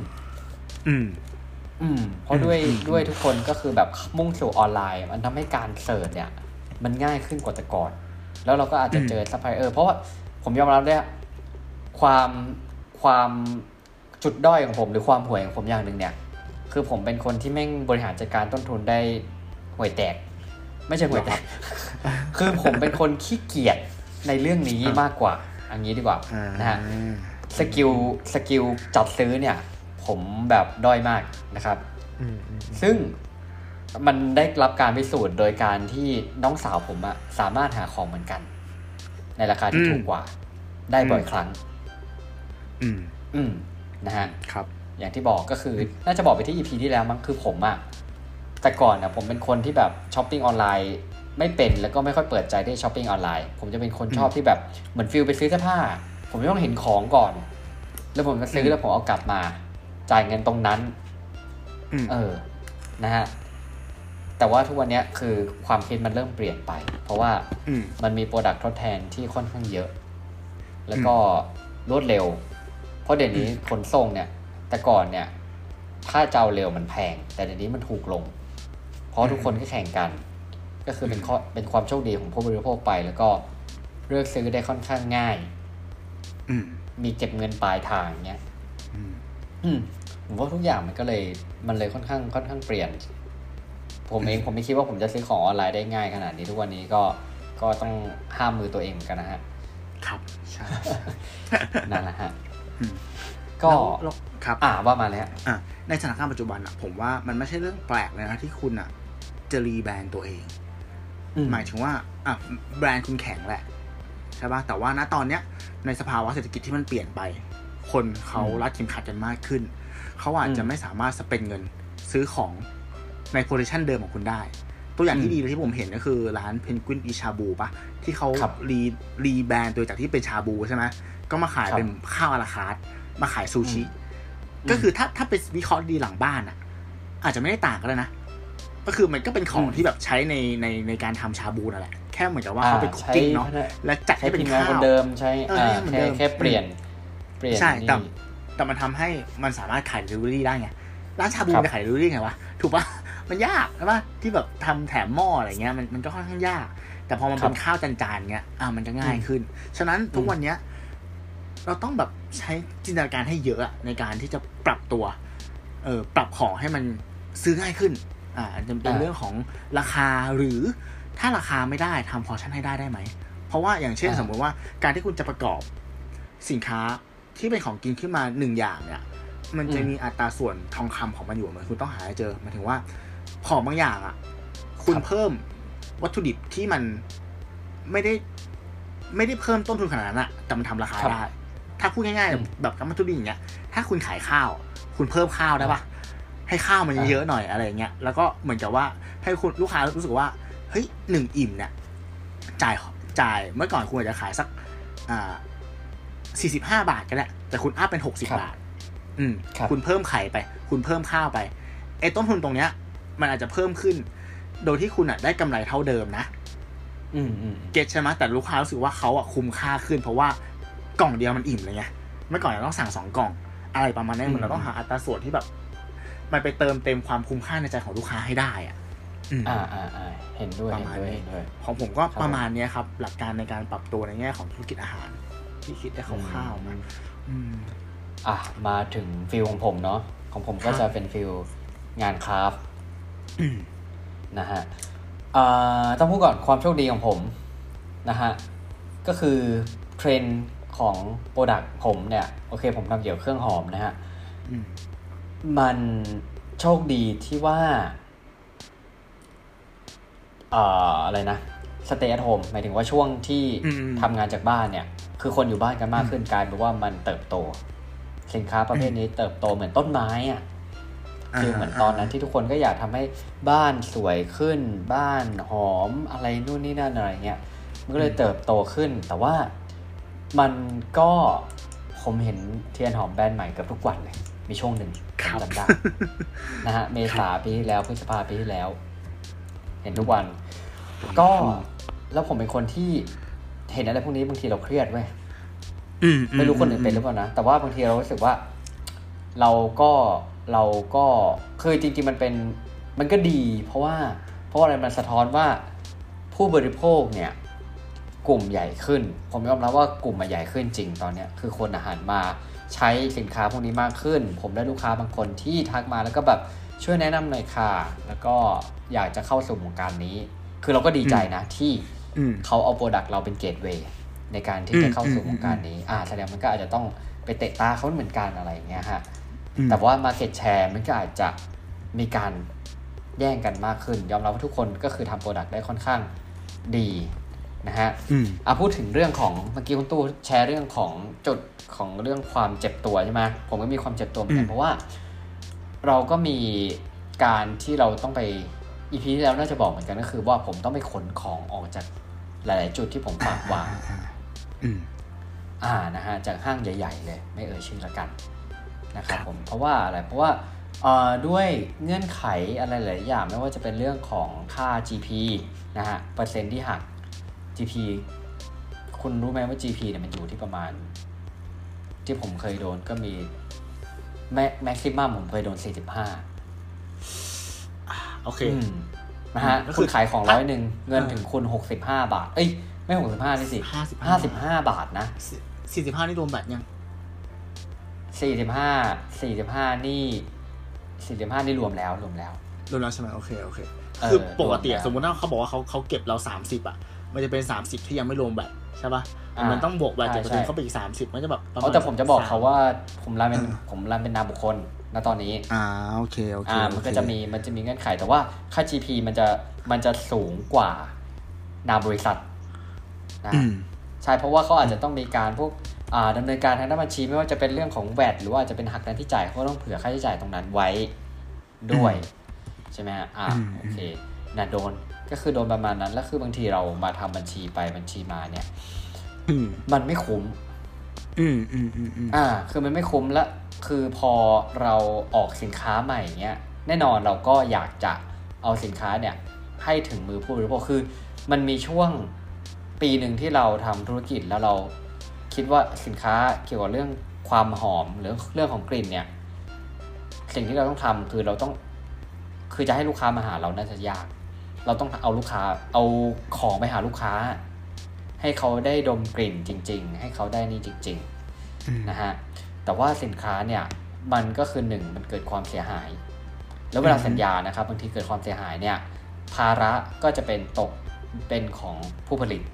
เพราะด้วยทุกคนก็คือแบบมุ่งสู่ออนไลน์มันทำให้การเสิร์ชเนี่ยมันง่ายขึ้นกว่าแต่ก่อนแล้วเราก็อาจจะเจอซัพพลายเออร์เพราะว่าผมยอมรับได้ความจุดด้อยของผมหรือความห่วยของผมอย่างหนึ่งเนี่ยคือผมเป็นคนที่แม่งบริหารจัดการต้นทุนได้ห่วยแตกไม่ใช่ห่วยแตก คือผมเป็นคนขี้เกียจในเรื่องนี้มากกว่าอันนี้ดีกว่านะฮะสกิลจัดซื้อเนี่ยผมแบบด้อยมากนะครับซึ่งมันได้รับการพิสูจน์โดยการที่น้องสาวผมสามารถหาของเหมือนกันในราคาที่ถูกกว่าได้บ่อยครั้งนะฮะครับอย่างที่บอกก็คือน่าจะบอกไปที่ EP ที่แล้วมั้งคือผมแต่ก่อนผมเป็นคนที่แบบช้อปปิ้งออนไลน์ไม่เป็นแล้วก็ไม่ค่อยเปิดใจที่ช้อปปิ้งออนไลน์ผมจะเป็นคนชอบที่แบบเหมือนฟิลไปซื้อเสื้อผ้าผมไม่ต้องเห็นของก่อนแล้วผมจะซื้อแล้วผมเอากลับมาจ่ายเงินตรงนั้นนะฮะแต่ว่าทุกวันนี้คือความคิดมันเริ่มเปลี่ยนไปเพราะว่ามันมีโปรดักต์ทดแทนที่ค่อนข้างเยอะแล้วก็รวดเร็วเพราะเดี๋ยวนี้ขนส่งเนี่ยแต่ก่อนเนี่ยถ้าจะเอาเร็วมันแพงแต่เดี๋ยวนี้มันถูกลงเพราะทุกคนก็แข่งกันก็คือเป็นความโชคดีของผู้บริโภคไปแล้วก็เลือกซื้อได้ค่อนข้างง่ายมีเก็บเงินปลายทางเนี้ยผมว่าทุกอย่างมันเลยค่อนข้างเปลี่ยนผมไม่คิดว่าผมจะซื้อของออนไลน์ได้ง่ายขนาดนี้ทุกวันนี้ก็ต้องห้ามมือตัวเองเหมือนกันนะฮะครับใช่นั่นแหละฮะก็ครับว่ามาแล้วในสถานการณ์ปัจจุบันผมว่ามันไม่ใช่เรื่องแปลกเลยนะที่คุณจะรีแบรนด์ตัวเองหมายถึงว่าแบรนด์คุณแข็งแหละใช่ป่ะแต่ว่าณตอนเนี้ยในสภาวะเศรษฐกิจที่มันเปลี่ยนไปคนเขารัดเข็มขัดกันมากขึ้นเขาอาจจะไม่สามารถสเปนเงินซื้อของในโพซิชั่นเดิมของคุณได้ตัวอย่างที่ดีเลยที่ผมเห็นก็คือร้านเพนกวินอิชาบูป่ะที่เขารีแบรนด์ตัวจากที่เป็นชาบูใช่ไหมก็มาขายเป็นข้าวอะลาคาร์ทมาขายซูชิก็คือถ้าไปวิเคราะห์ดีหลังบ้านอาจจะไม่ได้ต่างกันเลยนะก็คือมันก็เป็นของที่แบบใช้ในการทำชาบูนั่นแหละแค่เหมือนกับว่าเขาไปคุกกิ้งเนาะและจัดให้เป็นข้าวเดิมใช้แค่เปลี่ยนใช่แต่มันทำให้มันสามารถขาย delivery ได้ไงร้านชาบูจะขาย delivery ไงวะถูกป่ะมันยากใช่ป่ะที่แบบทำแถมหม้ออะไรเงี้ยมันก็ค่อนข้างยากแต่พอมันเป็นข้าวจานๆเงี้ยมันจะง่ายขึ้นฉะนั้นทุกวันเนี้ยเราต้องแบบใช้จินตนาการให้เยอะในการที่จะปรับตัวปรับของให้มันซื้อง่ายขึ้นจะเป็นเรื่องของราคาหรือถ้าราคาไม่ได้ทำพอร์ชั่นให้ได้ไหมเพราะว่าอย่างเช่นสมมติว่าการที่คุณจะประกอบสินค้าที่เป็นของกินขึ้นมา1อย่างเนี่ยมันจะมีอัตราส่วนทองคำของมันอยู่เหมือนคุณต้องหาให้เจอหมายถึงว่าของบางอย่างคุณเพิ่มวัตถุดิบที่มันไม่ได้เพิ่มต้นทุนขนาดนั้นแต่มันทำราคาได้ถ้าพูดง่ายๆแบบวัตถุดิบอย่างเงี้ยถ้าคุณขายข้าวคุณเพิ่มข้าวได้ปะให้ข้าวมันเยอะๆหน่อยอะไรอย่างเงี้ยแล้วก็เหมือนกับว่าให้คุณลูกค้ารู้สึกว่าเฮ้ย1 อิ่มเนี่ยจ่ายเมื่อก่อนคุณอาจจะขายสัก45 บาทก็ได้แต่คุณอัพเป็น60 บาทคุณเพิ่มไข่ไปคุณเพิ่มข้าวไปไอ้ต้นทุนตรงเนี้ยมันอาจจะเพิ่มขึ้นโดยที่คุณได้กำไรเท่าเดิมนะเก็ตใช่ไหมแต่ลูกค้ารู้สึกว่าเขาคุ้มค่าขึ้นเพราะว่ากล่องเดียวมันอิ่มเลยไงเมื่อก่อนเราต้องสั่ง2 กล่องอะไรประมาณนี้เหมือนเราต้องหาอัตราส่วนที่แบบมันไปเติมเต็มความคุ้มค่าในใจของลูกค้าให้ได้เห็นด้วยของผมก็ประมาณนี้ครับหลักการในการปรับตัวในแง่ของธุรกิจอาหารที่คิดได้คร่าวๆนะมาถึงฟิลของผมเนาะของผมก็จะเป็นฟิลงานคราฟต์นะฮะต้องพูดก่อนความโชคดีของผมนะฮะก็คือเทรนด์ของโปรดักต์ผมเนี่ยโอเคผมทำเกี่ยวกับเครื่องหอมนะฮะมันโชคดีที่ว่าอะไรนะสเตย์แอทโฮมหมายถึงว่าช่วงที่ทำงานจากบ้านเนี่ยคือคนอยู่บ้านกันมากขึ้นกลายเป็นว่ามันเติบโตสินค้าประเภทนี้เติบโตเหมือนต้นไม้คือเหมือนตอนนั้นที่ทุกคนก็อยากทำให้บ้านสวยขึ้นบ้านหอมอะไรนู่นนี่นั่นอะไรเงี้ยมันก็เลยเติบโตขึ้นแต่ว่ามันก็ผมเห็นเทียนหอมแบรนด์ใหม่เกือบทุกวันเลยมีช่วงหนึ่งจำได้นะฮะเมษาปีที่แล้วพฤษภาปีที่แล้วเห็นทุกวันก็แล้วผมเป็นคนที่เห็นอะไรพวกนี้บางทีเราเครียดเว้ยไม่รู้คนอื่นเป็นหรือเปล่านะแต่ว่าบางทีเรารู้สึกว่าเราก็คือจริงๆมันก็ดีเพราะว่าอะไรมันสะท้อนว่าผู้บริโภคเนี่ยกลุ่มใหญ่ขึ้นผมยอมรับว่ากลุ่มใหญ่ขึ้นจริงตอนนี้คือคนอาหารมาใช้สินค้าพวกนี้มากขึ้นผมได้ลูกค้าบางคนที่ทักมาแล้วก็แบบช่วยแนะนำหน่อยค่ะแล้วก็อยากจะเข้าสู่วงการนี้คือเราก็ดีใจนะที่เขาเอาโปรดักต์เราเป็นเกตเวย์ในการที่จะเข้าสู่วงการนี้แสดงมันก็อาจจะต้องไปเตะตาเขาเหมือนกันอะไรอย่างเงี้ยฮะแต่ว่า market share มันก็อาจจะมีการแย่งกันมากขึ้นยอมรับว่าทุกคนก็คือทำโปรดักต์ได้ค่อนข้างดีนะฮะพูดถึงเรื่องของเมื่อกี้คุณตู้แชร์เรื่องของจุดของเรื่องความเจ็บตัวใช่ไหมผมก็มีความเจ็บตัวเหมือนกันเพราะว่าเราก็มีการที่เราต้องไป EP ที่แล้วน่าจะบอกเหมือนกันก็คือว่าผมต้องไปขนของออกจากหลายๆจุดที่ผมฝากวางนะฮะจากห้างใหญ่ๆเลยไม่เอ่ยชื่อละกันนะครับผมเพราะว่าอะไรเพราะว่าด้วยเงื่อนไขอะไรหลายอย่างไม่ว่าจะเป็นเรื่องของค่า GP นะฮะเปอร์เซ็นต์ที่หัก GP คุณรู้ไหมว่า GP เนี่ยมันอยู่ที่ประมาณที่ผมเคยโดนก็มีแม็กซิมัมผมเคยโดน45 โอเคนะฮะคุณขายของ100นึงเงินถึงคุณ65 บาทเอ้ยไม่65นี่สิ55 บาทนะ 45นี่รวมแบตยัง 45นี่รวมแล้วใช่ไหมโอเคคือปกติสมมติว่าเขาบอกว่าเขาเก็บเรา30มันจะเป็น30ที่ยังไม่รวมแบตใช่ป่ะมันต้องบวกแบต7%เข้าไปอีก30มันจะแบบแต่ผมจะบอกเขาว่าผมรันเป็นนามบุคคลณตอนนี้โอเคมันก็จะมีเงื่อนไขแต่ว่าค่า GP มันจะสูงกว่านามบริษัทนะใช่เพราะว่าเขาอาจจะต้องมีการพวกดำเนินการทางด้านบัญชีไม่ว่าจะเป็นเรื่องของแวตหรือว่าจะเป็นหักเงินที่จ่ายเขาต้องเผื่อค่าใช้จ่ายตรงนั้นไว้ด้วยใช่ไหมฮะโอเคน่ะโดนก็คือโดนประมาณนั้นแล้วคือบางทีเรามาทำบัญชีไปบัญชีมาเนี่ยมันไม่คุ้มคือมันไม่คุ้มและคือพอเราออกสินค้าใหม่เงี้ยแน่นอนเราก็อยากจะเอาสินค้าเนี่ยให้ถึงมือผู้บริโภคคือมันมีช่วงปีหนึ่งที่เราทำธุรกิจแล้วเราคิดว่าสินค้าเกี่ยวกับเรื่องความหอมหรือเรื่องของกลิ่นเนี่ยสิ่งที่เราต้องทำคือเราต้องคือจะให้ลูกค้ามาหาเราน่าจะยากเราต้องเอาลูกค้าเอาของไปหาลูกค้าให้เขาได้ดมกลิ่นจริงๆให้เขาได้นี่จริงๆนะฮะแต่ว่าสินค้าเนี่ยมันก็คือ1มันเกิดความเสียหายแล้วเวลาสัญญานะครับบางทีเกิดความเสียหายเนี่ยภาระก็จะเป็นของผู้ผลิต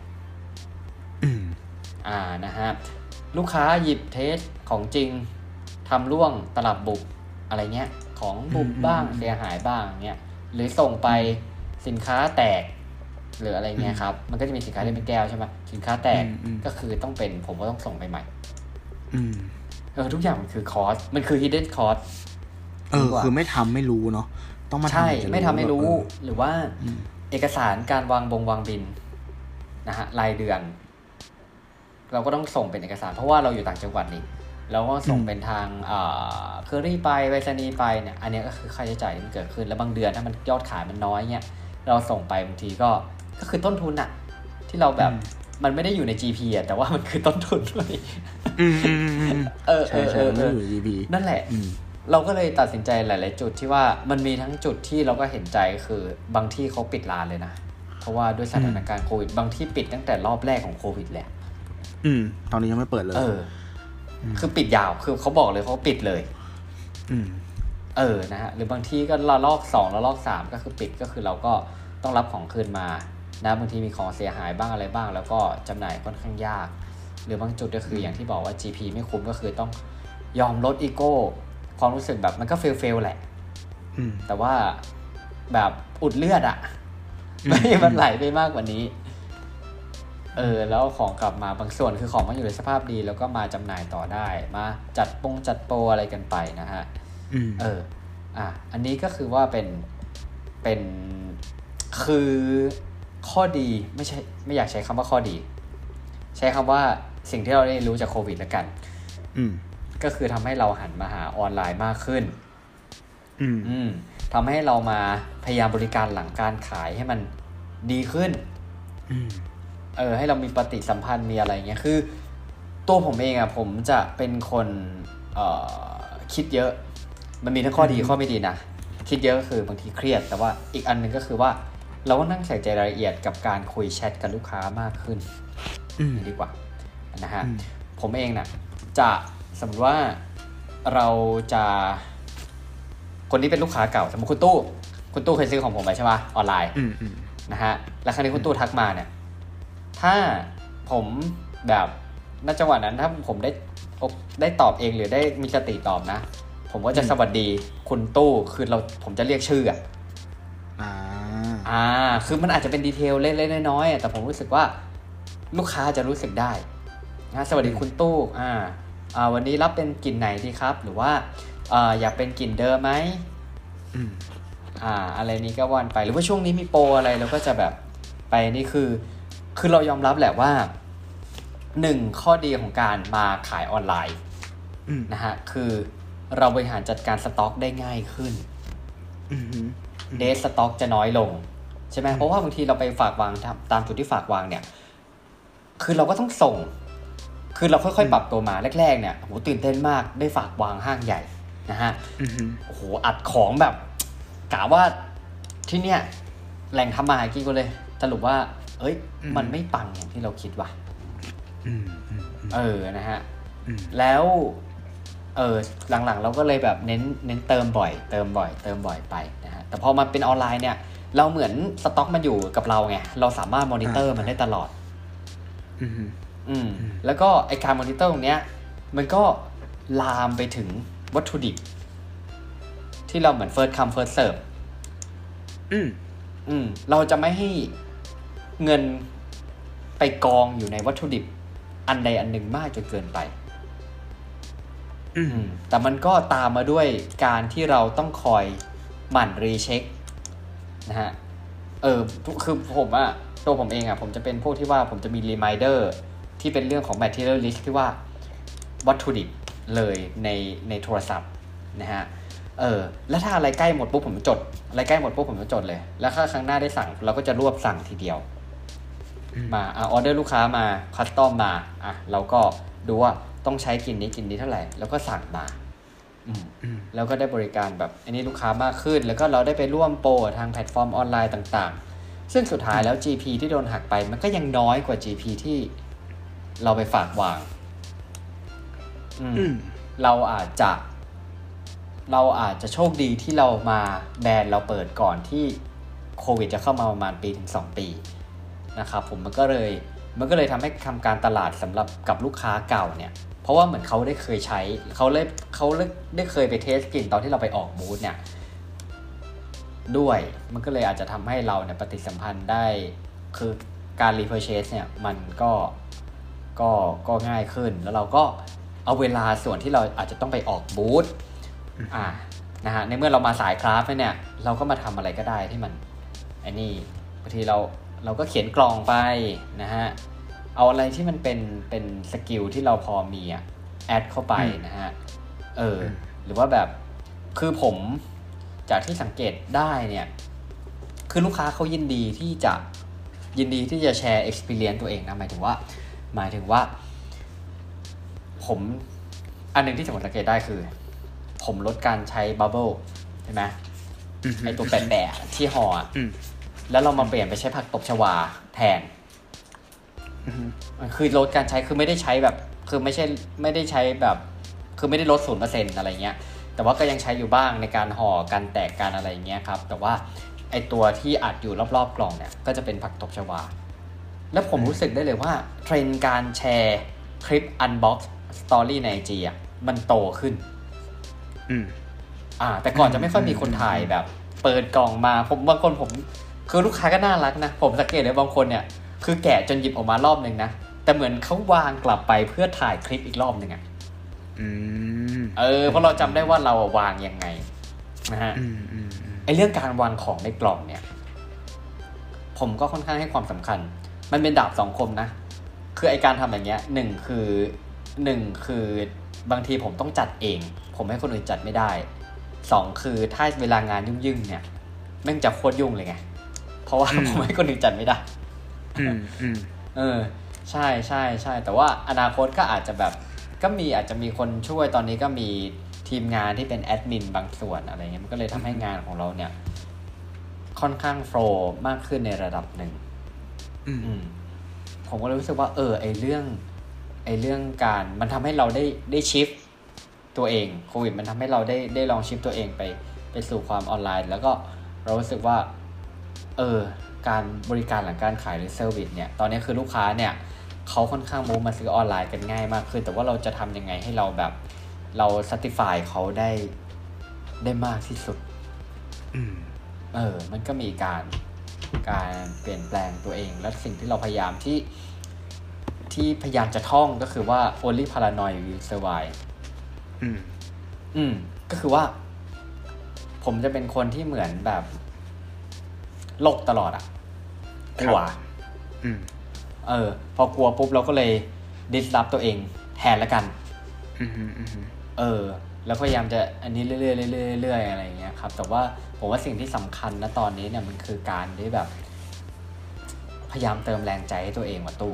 นะฮะลูกค้าหยิบเทสของจริงทำร่วงตลับบุบอะไรเงี้ยของบุบบ้างเสียหายบ้างเงี้ยหรือส่งไปสินค้าแตกหรืออะไรเงี้ยครับมันก็จะมีสินค้าที่เป็นแก้วใช่ไหมสินค้าแตกก็คือต้องเป็นผมก็ต้องส่งไปใหม่ทุกอย่างมันคือคอสมันคือ hidden cost คือไม่ทำไม่รู้เนาะต้องมาทำใช่ไม่ทำไม่รู้หรือว่าเอกสารการวางบินนะฮะรายเดือนเราก็ต้องส่งเป็นเอกสารเพราะว่าเราอยู่ต่างจังหวัดนี่เราก็ส่งเป็นทางเคอรี่ไปไปรษณีย์ไปเนี่ยอันนี้ก็คือค่าใช้จ่ายที่มันเกิดขึ้นแล้วบางเดือนถ้ามันยอดขายมันน้อยเนี่ยเราส่งไปบางทีก็คือต้นทุนอะที่เราแบบมันไม่ได้อยู่ใน GP อ่ะแต่ว่ามันคือต้นทุนด้วยใช่มันอยู่ใน GP นั่นแหละเราก็เลยตัดสินใจหลายๆจุดที่ว่ามันมีทั้งจุดที่เราก็เห็นใจคือบางที่เขาปิดร้านเลยนะเพราะว่าด้วยสถานการณ์โควิดบางที่ปิดตั้งแต่รอบแรกของโควิดแหละตอนนี้ยังไม่เปิดเลยคือปิดยาวคือเขาบอกเลยเขาปิดเลยนะฮะหรือบางที่ก็ระลอก2ระลอก3ก็คือปิดก็คือเราก็ต้องรับของคืนมานะบางทีมีของเสียหายบ้างอะไรบ้างแล้วก็จำหน่ายค่อนข้างยากหรือบางจุดก็คืออย่างที่บอกว่า GP ไม่คุ้มก็คือต้องยอมลดอีโก้ความรู้สึกแบบมันก็เฟลแหละแต่ว่าแบบอุดเลือดอะไม่มันไหลไปมากกว่านี้แล้วของกลับมาบางส่วนคือของมันอยู่ในสภาพดีแล้วก็มาจำหน่ายต่อได้มาจัดโปรอะไรกันไปนะฮะอันนี้ก็คือว่าเป็นคือข้อดีไม่อยากใช้คำว่าข้อดีใช้คำว่าสิ่งที่เราได้รู้จากโควิดแล้วกันก็คือทำให้เราหันมาหาออนไลน์มากขึ้นทำให้เรามาพยายามบริการหลังการขายให้มันดีขึ้นให้เรามีปฏิสัมพันธ์มีอะไรเงี้ยคือตัวผมเองอะผมจะเป็นคนคิดเยอะมันมีทั้งข้อดีข้อไม่ดีนะคิดเยอะก็คือบางทีเครียดแต่ว่าอีกอันนึงก็คือว่าเราก็นั่งใส่ใจรายละเอียดกับการคุยแชทกับลูกค้ามากขึ้นดีกว่านะฮะผมเองน่ะจะสมมติว่าเราจะคนที่เป็นลูกค้าเก่าสมมติคุณตู้เคยซื้อของผมไปใช่ป่ะออนไลน์นะฮะแล้วครั้งนี้คุณตู้ทักมาเนี่ยถ้าผมแบบณจังหวะนั้นถ้าผมได้ตอบเองหรือได้มีสติตอบนะผมก็จะสวัสดีคุณตู้คือผมจะเรียกชื่อคือมันอาจจะเป็นดีเทลเล็กๆน้อยๆแต่ผมรู้สึกว่าลูกค้าจะรู้สึกได้นะสวัสดีคุณตู้วันนี้รับเป็นกลิ่นไหนดีครับหรือว่าอยากเป็นกลิ่นเดิมไหมอะไรนี้ก็วันไปหรือว่าช่วงนี้มีโปรอะไรเราก็จะแบบไปนี่คือเรายอมรับแหละว่า1ข้อดีของการมาขายออนไลน์นะฮะคือเราบริหารจัดการสต็อกได้ง่ายขึ้นเดทสต็อกจะน้อยลงใช่ไหมเพราะว่าบางทีเราไปฝากวางตามจุดที่ฝากวางเนี่ยคือเราก็ต้องส่งคือเราค่อยๆปรับตัวมาแรกๆเนี่ยโหตื่นเต้นมากได้ฝากวางห้างใหญ่นะฮะโอ้โหอัดของแบบกะว่าที่เนี่ยแหล่งทำมาหากินกันเลยสรุปว่ามันไม่ปังอย่างที่เราคิดว่ะนะฮะแล้วหลังๆเราก็เลยแบบเน้นเติมบ่อยไปนะฮะแต่พอมันเป็นออนไลน์เนี่ยเราเหมือนสต็อกมันอยู่กับเราไงเราสามารถมอนิเตอร์มันได้ตลอดแล้วก็ไอการมอนิเตอร์ตรงเนี้ยมันก็ลามไปถึงวัตถุดิบที่เราเหมือน first come first serve เราจะไม่ให้เงินไปกองอยู่ในวัตถุดิบอันใดอันหนึ่งมากจนเกินไปแต่มันก็ตามมาด้วยการที่เราต้องคอยหมั่นรีเช็คนะฮะคือตัวผมเองผมจะเป็นพวกที่ว่าผมจะมี reminder ที่เป็นเรื่องของ material list ที่ว่าวัตถุดิบเลยในโทรศัพท์นะฮะแล้วถ้าอะไรใกล้หมดปุ๊บผมจดอะไรใกล้หมดปุ๊บผมจะจดเลยแล้วถ้าครั้งหน้าได้สั่งเราก็จะรวบสั่งทีเดียวมาออเดอร์ลูกค้ามาคัสตอมมาเราก็ดูว่าต้องใช้กินนี้เท่าไหร่แล้วก็สั่งมาแล้วก็ได้บริการแบบอันนี้ลูกค้ามากขึ้นแล้วก็เราได้ไปร่วมโปรทางแพลตฟอร์มออนไลน์ต่างๆซึ่งสุดท้ายแล้ว GP ที่โดนหักไปมันก็ยังน้อยกว่า GP ที่เราไปฝากวางเราอาจจะโชคดีที่เรามาแบรนด์เราเปิดก่อนที่โควิดจะเข้ามาประมาณปีถึง2ปีนะครับผมมันก็เลยทำให้ทำการตลาดสำหรับกับลูกค้าเก่าเนี่ยเพราะว่าเหมือนเขาได้เคยใช้เขาได้เคยไปเทสกลิ่นตอนที่เราไปออกบูธเนี่ยด้วยมันก็เลยอาจจะทำให้เราเนี่ยปฏิสัมพันธ์ได้คือการรีเพอร์เชสเนี่ยมันก็ง่ายขึ้นแล้วเราก็เอาเวลาส่วนที่เราอาจจะต้องไปออกบูธนะฮะในเมื่อเรามาสายคราฟต์เนี่ยเราก็มาทำอะไรก็ได้ที่มันไอ้นี่บางทีเราเราก็เขียนกลองไปนะฮะเอาอะไรที่มันเป็นสกิลที่เราพอมีอ่ะแอดเข้าไปนะฮะหรือว่าแบบคือผมจากที่สังเกตได้เนี่ยคือลูกค้าเขายินดีที่จะแชร์ experience ตัวเองนะหมายถึงว่าผมอันนึงที่ผมสังเกตได้คือผมลดการใช้บับเบิ้ลใช่ไหมไอตัวแปะๆที่ห่อแล้วเรามาเปลี่ยนไปใช้ผักตบชวาแทนคือลดการใช้คือไม่ได้ใช้แบบคือไม่ได้ใช้แบบคือไม่ได้ลด 0% อะไรเงี้ยแต่ว่าก็ยังใช้อยู่บ้างในการห่อการแตกการอะไรเงี้ยครับแต่ว่าไอตัวที่อัดอยู่รอบๆกล่องเนี่ยก็จะเป็นผักตบชวาแล้วผมรู้สึกได้เลยว่าเทรนด์การแชร์คลิป unbox story ใน IG อ่ะมันโตขึ้นแต่ก่อนจะไม่ค่อยมีคนถ่ายแบบเปิดกล่องมาบางคนผมคือลูกค้าก็น่ารักนะผมสังเกตเลยบางคนเนี่ยคือแกะจนหยิบออกมารอบนึงนะแต่เหมือนเขาวางกลับไปเพื่อถ่ายคลิปอีกรอบนึงอ่ะเพราะเราจำได้ว่าเราวางยังไงนะฮะไอเรื่องการวางของในกล่องเนี่ยผมก็ค่อนข้างให้ความสำคัญมันเป็นดาบสองคมนะคือไอการทำอย่างเงี้ยหนึ่งคือบางทีผมต้องจัดเองผมให้คนอื่นจัดไม่ได้สองคือถ้าเวลางานยุ่งๆเนี่ยแม่งจะโคตรยุ่งเลยไงเพราะว่าผมให้คนอื่นจัดไม่ได้ใช่ใช่ใช่แต่ว่าอนาคตก็อาจจะแบบอาจจะมีคนช่วยตอนนี้ก็มีทีมงานที่เป็นแอดมินบางส่วนอะไรเงี้ยมันก็เลยทำให้งานของเราเนี่ยค่อนข้างโฟลว์มากขึ้นในระดับหนึ่งผมก็เลยรู้สึกว่าไอเรื่องการมันทำให้เราได้ชิฟตัวเองโควิดมันทำให้เราได้ลองชิฟตัวเองไปสู่ความออนไลน์แล้วก็เรารู้สึกว่าการบริการหลังการขายหรือเซอร์วิสเนี่ยตอนนี้คือลูกค้าเนี่ยเขาค่อนข้างมูฟมาซื้อออนไลน์กันง่ายมากขึ้นแต่ว่าเราจะทำยังไงให้เราแบบเรา satisfy เขาได้มากที่สุดมันก็มีการเปลี่ยนแปลงตัวเองและสิ่งที่เราพยายามที่พยายามจะท่องก็คือว่า only paranoid will survive ก็คือว่าผมจะเป็นคนที่เหมือนแบบโลกตลอดกลัวพอกลัวปุ๊บเราก็เลยดิสรับตัวเองแทนแล้วกันแล้วพยายามจะอันนี้เรื่อยๆเรื่อยๆอะไรอย่างเงี้ยครับแต่ว่าผมว่าสิ่งที่สำคัญณตอนนี้เนี่ยมันคือการที่แบบพยายามเติมแรงใจให้ตัวเองว่ะตู้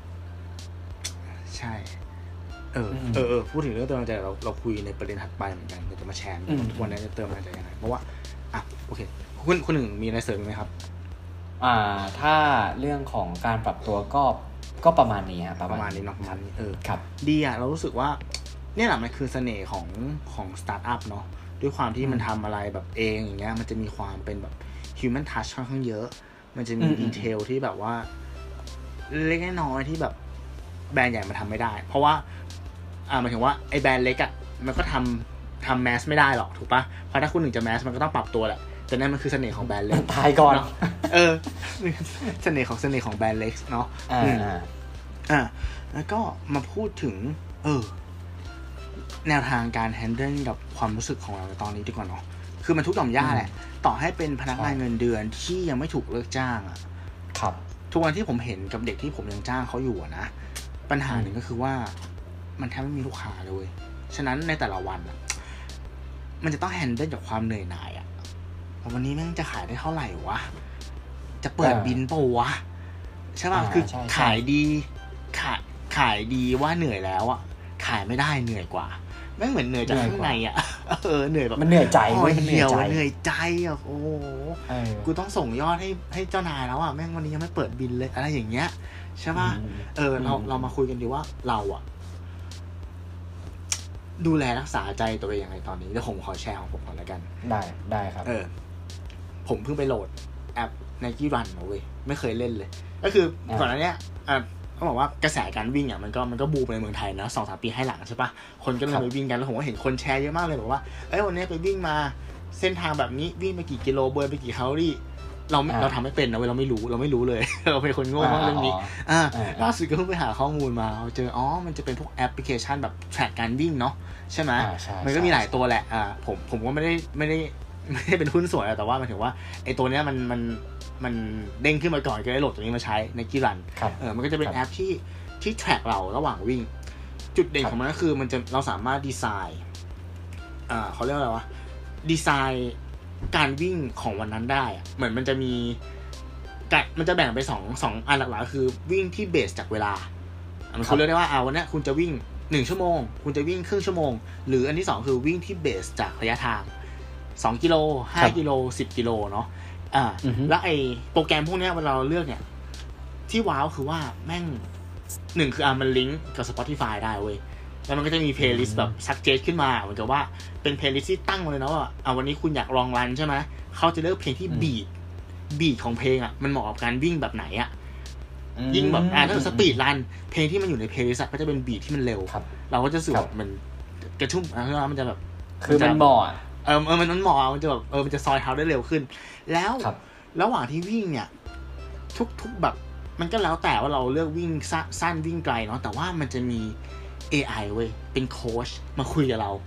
ใช่พูดถึงเรื่องเติมแรงใจเราคุยในประเด็นถัดไปเหมือนกันจะมาแชร์ทุกวันนี้จะเติมแรงใจยังไงเพราะว่าโอเคคุณหนึ่งมีอะไรเสริมไหมครับถ้าเรื่องของการปรับตัวก็ประมาณนี้ครับประมาณนี้เนาะประมาณนี้ครับดีเรารู้สึกว่าเนี่ยแหละมันคือเสน่ห์ของสตาร์ทอัพเนาะด้วยความที่มันทำอะไรแบบเองอย่างเงี้ยมันจะมีความเป็นแบบ human touch ค่อนข้างเยอะมันจะมีดีเทลที่แบบว่าเล็กน้อยที่แบบแบรนด์ใหญ่มันทำไม่ได้เพราะว่าหมายถึงว่าไอ้แบรนด์เล็กมันก็ทำแมสไม่ได้หรอกถูกปะเพราะถ้าคุณหนึ่งจะแมสมันก็ต้องปรับตัวแหละแต่นั่นมันคือเสน่ห์ของแบรนด์เล็กตายก่อนเสน่ห์ของแบรนด์เล็กเนาะแล้วก็มาพูดถึงแนวทางการ handle กับความรู้สึกของเราในตอนนี้ดีกว่าเนาะคือมันทุกหย่อมย่าแหละต่อให้เป็นพนักงานเงินเดือนที่ยังไม่ถูกเลิกจ้างครับทุกวันที่ผมเห็นกับเด็กที่ผมยังจ้างเขาอยู่นะปัญหาหนึ่งก็คือว่ามันแทบไม่มีลูกค้าเลยฉะนั้นในแต่ละวันมันจะต้อง handle กับความเหนื่อยหน่ายวันนี้แม่งจะขายได้เท่าไหร่วะจะเปิดบินป่ะวะใช่ป่ะคือขายดีว่าเหนื่อยแล้วขายไม่ได้เหนื่อยกว่าแม่งเหมือนเหนื่อยจากข้างในเหนื่อยแบบมันเหนื่อยใจเว้ยมันเหนื่อยใจโอ้โหกูต้องส่งยอดให้เจ้านายแล้วแม่งวันนี้ยังไม่เปิดบินเลยอะไรอย่างเงี้ยใช่ป่ะเรามาคุยกันดีว่าเราดูแลรักษาใจตัวเองยังไงตอนนี้เดี๋ยวผมขอแชร์ของผมก่อนแล้วกันได้ครับผมเพิ่งไปโหลดแอป Nike Run มาเว้ยไม่เคยเล่นเลยก็คือก่อนหน้านี้เขาบอกว่ากระแสการวิ่งมันก็บูมในเมืองไทยนะ 2-3 ปีให้หลังใช่ปะคนก็เลยไปวิ่งกันแล้วผมก็เห็นคนแชร์เยอะมากเลยบอกว่าวันนี้ไปวิ่งมาเส้นทางแบบนี้วิ่งไปกี่กิโลเบิร์นไปกี่แคลอรี่เราทำไม่เป็นนะเว้ยเราไม่รู้เลย เราเป็นคนโง่มากเรื่องนี้ล่าสุดก็เพิ่งไปหาข้อมูลมาเจอมันจะเป็นพวกแอปพลิเคชันแบบแทร็กการวิ่งเนาะใช่ไหมมันก็มีหลายตัวแหละผมก็ไม่ได้เป็นหุ้นส่วนแต่ว่าหมายถึงว่าไอ้ตัวเนี้ยมันมันเด้งขึ้นมาก่อนก็ได้โหลดตัวนี้มาใช้ในกีรันมันก็จะเป็นแอปที่แทร็กเราระหว่างวิ่งจุดเด่นของมันก็คือมันจะเราสามารถดีไซน์เขาเรียกอะไรวะดีไซน์การวิ่งของวันนั้นได้เหมือนมันจะมีมันจะแบ่งไป2อันหลักๆคือวิ่งที่เบสจากเวลามันคุณเลือกได้ว่าวันนี้คุณจะวิ่ง1ชั่วโมงคุณจะวิ่งครึ่งชั่วโมงหรืออันที่2คือวิ่งที่เบสจากระยะทาง2กิโล5กิโล10กิโลเนาะแล้วไอ้โปรแกรมพวกนี้เวลาเราเลือกเนี่ยที่ว้าวคือว่าแม่ง1คือมันลิงก์กับ Spotify ได้เว้ยแล้วมันก็จะมีเพลย์ลิสต์แบบซักเจสขึ้นมาเหมือนกับว่าเป็นเพลย์ลิสต์ที่ตั้งมาเลยนะว่าวันนี้คุณอยากลองรันใช่ไหมเขาจะเลือกเพลงที่บีทของเพลงมันเหมาะกับการวิ่งแบบไหนยิ่งแบบถ้าสปีดรันเพลงที่มันอยู่ในเพลย์ลิสต์ก็จะเป็นบีทที่มันเร็วเราก็จะรู้สึกว่ามันกระชุ่มมันจะแบบคือมันเหมาะมันเหมาะมันจะแบบมันจะซอยเท้าได้เร็วขึ้นแล้วระหว่างที่วิ่งเนี่ยทุกแบบมันก็แล้วแต่ว่าเราเลือกวิ่งสั้นวิ่งไกลเนาะแต่ว่ามันจะมี AI เว้ยเป็นโค้ชมาคุยกับเรา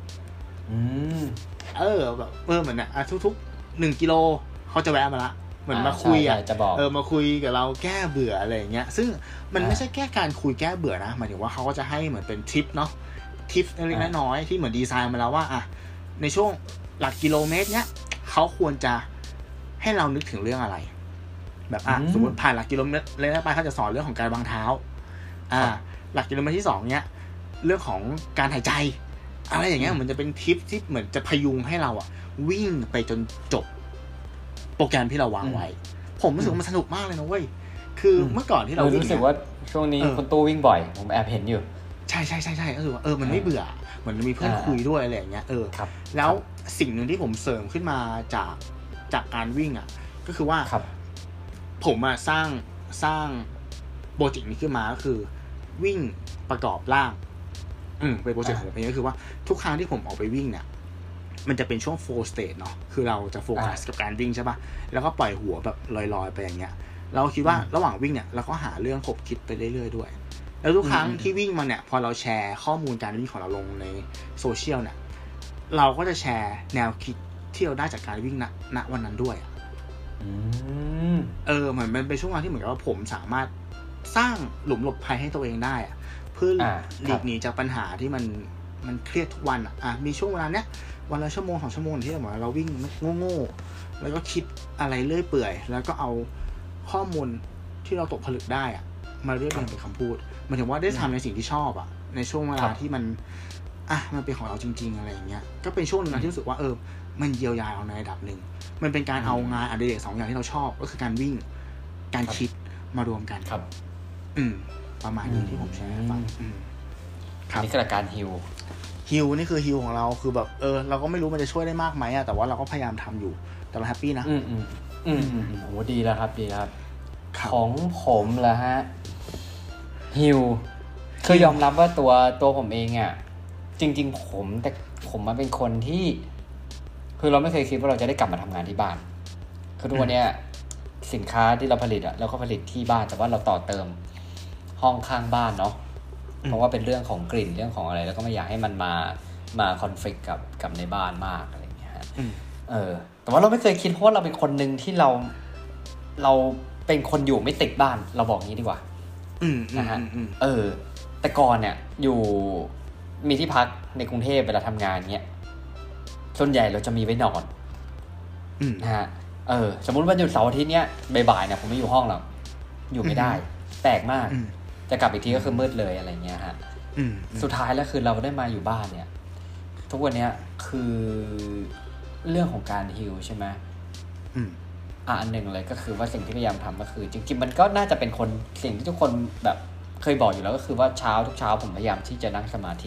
แบบเหมือนทุก1กิโลเขาจะแวะมาละเหมือนมาคุยมาคุยกับเราแก้เบื่ออะไรอย่างเงี้ยซึ่งมันไม่ใช่แค่การคุยแก้เบื่อนะหมายถึงว่าเขาก็จะให้เหมือนเป็นทิปเนาะทิปเล็กๆน้อยๆที่เหมือนดีไซน์มาแล้วว่าในช่วงหลักกิโลเมตรเนี้ยเขาควรจะให้เรานึกถึงเรื่องอะไรแบบสมมติผ่านหลักกิโลเมตรแรกไปเขาจะสอนเรื่องของการวางเท้าหลักกิโลเมตรที่2เนี้ยเรื่องของการหายใจอะไรอย่างเงี้ยมันจะเป็นทิปที่เหมือนจะพยุงให้เราวิ่งไปจนจบโปรแกรมที่เราวางไว้ผมรู้สึกมันสนุกมากเลยนะเว้ยคือเมื่อก่อนที่เรารู้สึกว่าช่วงนี้คุณตู้วิ่งบ่อยผมแอบเห็นอยู่ใช่รู้สึกว่ามันไม่เบื่อเหมือนมีเพื่อนคุยด้วยอะไรอย่างเงี้ยแล้วสิ่งหนึ่งที่ผมเสริมขึ้นมาจากการวิ่งก็คือว่าผมสร้างโปรเจกต์นี้ขึ้นมาก็คือวิ่งประกอบร่างเป็นโปรเจกต์ของผมเองก็คือว่าทุกครั้งที่ผมออกไปวิ่งเนี่ยมันจะเป็นช่วง flow state เนาะคือเราจะโฟกัสกับการวิ่งใช่ป่ะแล้วก็ปล่อยหัวแบบลอยๆไปอย่างเงี้ยเราคิดว่าระหว่างวิ่งเนี่ยเราก็หาเรื่องขบคิดไปเรื่อยๆด้วยแล้วทุกครั้งที่วิ่งมาเนี่ยพอเราแชร์ข้อมูลการวิ่งของเราลงในโซเชียลเนี่ยเราก็จะแชร์แนวคิดที่เราได้จากการวิ่งณวันนั้นด้วยเหมือนมันเป็นช่วงเวลาที่เหมือนกับว่าผมสามารถสร้างหลุมหลบภัยให้ตัวเองได้เพื่อหลีกหนีจากปัญหาที่มันเครียดทุกวันมีช่วงเวลาเนี้ยวันละชั่วโมง2ชั่วโมงที่เราวิ่งโง่ๆแล้วก็คิดอะไรเรื่อยเปื่อยแล้วก็เอาข้อมูลที่เราตกผลึกได้มาเรียบเรียงเป็นคำพูดหมายถึงว่าได้ทำในสิ่งที่ชอบในช่วงเวลาที่มันเป็นของเราจริงๆอะไรอย่างเงี้ยก็เป็นช่วงนึงที่รู้สึกว่ามันเยียวยาเราในระดับนึงมันเป็นการเอางานอดิเรก2อย่างที่เราชอบก็คือการวิ่งการคิดมารวมกันครับประมาณนี้ที่ผมแชร์ให้ฟังนี่คือการฮิลนี่คือฮิลของเราคือแบบเราก็ไม่รู้มันจะช่วยได้มากไหมแต่ว่าเราก็พยายามทำอยู่แต่เราแฮปปี้นะโอ้ดีแล้วครับดีครับของผมเหรอฮะฮิลคือยอมรับว่าตัวผมเองจริงๆผมมาเป็นคนที่คือเราไม่เคยคิดว่าเราจะได้กลับมาทำงานที่บ้านคือทุกวันนี้สินค้าที่เราผลิตเราก็ผลิตที่บ้านแต่ว่าเราต่อเติมห้องข้างบ้านเนาะเพราะว่าเป็นเรื่องของกลิ่นเรื่องของอะไรแล้วก็ไม่อยากให้มันมาคอนฟลิกต์กับในบ้านมากอะไรอย่างเงี้ยแต่ว่าเราไม่เคยคิดเพราะว่าเราเป็นคนนึงที่เราเป็นคนอยู่ไม่ติดบ้านเราบอกงี้ดีกว่านะฮะแต่ก่อนเนี่ยอยู่มีที่พักในกรุงเทพเวลาทำงานเงี้ยส่วนใหญ่เราจะมีไว้นอนนะฮะสมมุติว่าหยุดเสาร์อาทิตย์เนี้ยบ่ายๆเนี่ยผมไม่อยู่ห้องหรอกอยู่ไม่ได้แปลกมากจะกลับอีกทีก็คือมืดเลยอะไรเงี้ยฮะสุดท้ายแล้วคือเราได้มาอยู่บ้านเนี่ยทุกวันนี้คือเรื่องของการฮีลใช่ไหมอันหนึ่งเลยก็คือว่าสิ่งที่พยายามทำก็คือจริงๆมันก็น่าจะเป็นสิ่งที่ทุกคนแบบเคยบอกอยู่แล้วก็คือว่าทุกเช้าผมพยายามที่จะนั่งสมาธิ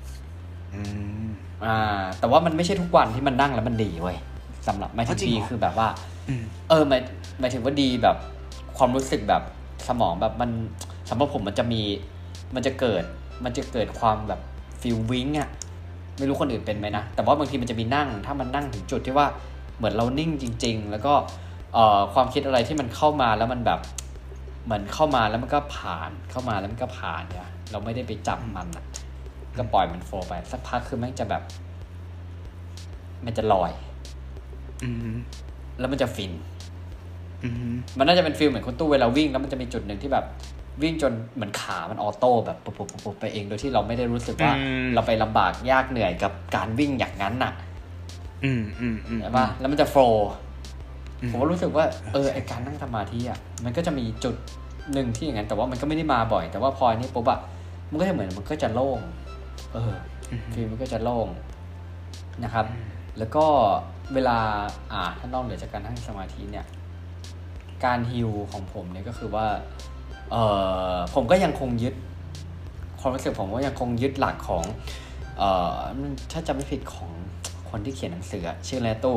แต่ว่ามันไม่ใช่ทุกวันที่มันนั่งแล้วมันดีเว้ยสำหรับไม่ถึงดีคือแบบว่าหมายถึงว่าดีแบบความรู้สึกแบบสมองแบบมันสำหรับผมมันจะเกิดความแบบฟีลวิ้งไม่รู้คนอื่นเป็นไหมนะแต่ว่าบางทีมันจะมีถ้ามันนั่งถึงจุดที่ว่าเหมือนเรานิ่งจริงๆแล้วก็ความคิดอะไรที่มันเข้ามาแล้วมันแบบเหมือนเข้ามาแล้วมันก็ผ่านเข้ามาแล้วมันก็ผ่านเนี่ยเราไม่ได้ไปจับมันก็ปล่อยมันโฟลว์ไปสักพักคือมันจะแบบมันจะลอยแล้วมันจะฟินมันน่าจะเป็นฟีลเหมือนคุณตู้เวลาวิ่งแล้วมันจะมีจุดหนึ่งที่แบบวิ่งจนเหมือนขามันออโต้แบบปุ๊บไปเองโดยที่เราไม่ได้รู้สึกว่าเราไปลำบากยากเหนื่อยกับการวิ่งอย่างนั้นน่ะใช่ป่ะแล้วมันจะโฟล์ผมก็รู้สึกว่าไอการนั่งสมาธิอ่ะมันก็จะมีจุดหนึ่งที่อย่างนั้นแต่ว่ามันก็ไม่ได้มาบ่อยแต่ว่าพออันนี้ปุ๊บอ่ะมันก็จะเหมือนมันก็จะโล่งฟีลมันก็จะโล่งนะครับแล้วก็เวลาถ้านอกเหนือจากการนั่งสมาธิเนี่ยการฮีลของผมเนี่ยก็คือว่าผมก็ยังคงยึดความรู้สึกผมว่ายังคงยึดหลักของถ้าจำไม่ผิดของคนที่เขียนหนังสือชื่ออะไรตู้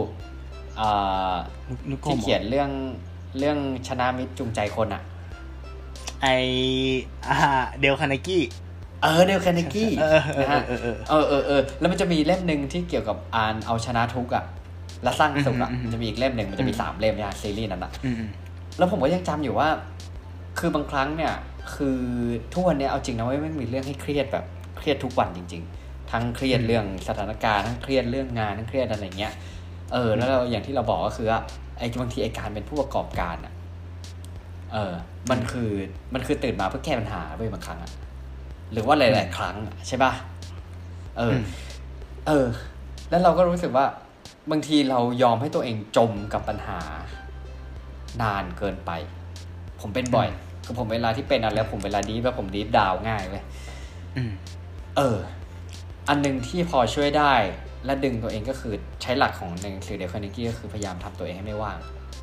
ที่เขียนเรื่องชนะมิตรจูงใจคนอ่ะเดลคาร์เนกี้เดลคาร์เนกี้นะฮะแล้วมันจะมีเล่มนึงที่เกี่ยวกับเอาชนะทุกข์อ่ะและสร้างสุขอ่ะมันจะมีอีกเล่มนึงมันจะมี3เล่มเนี่ยซีรีส์นั้นอ่ะแล้วผมก็ยังจำอยู่ว่าคือบางครั้งเนี่ยคือทุกวันนี้เอาจริงนะว่าไม่มีเรื่องให้เครียดแบบเครียดทุกวันจริงๆทั้งเครียดเรื่องสถานการณ์ทั้งเครียดเรื่องงานทั้งเครียดอะไรเงี้ยแล้วเราอย่างที่เราบอกก็คือว่าไอ้บางทีไอ้การเป็นผู้ประกอบการอ่ะมันคือตื่นมาเพื่อแก้ปัญหาเว้ยบางครั้งอ่ะหรือว่าหลายๆครั้งใช่ป่ะแล้วเราก็รู้สึกว่าบางทีเรายอมให้ตัวเองจมกับปัญหานานเกินไปผมเป็นบ่อยคือผมเวลาที่เป็นอะไรแล้วผมเวลาดีแบบผมดีฟดาวง่ายเว้ยอันนึงที่พอช่วยได้และดึงตัวเองก็คือใช้หลักของหนังสือเดลคาร์เนกี้ก็คือพยายามทำตัวเองให้ไม่ว่าง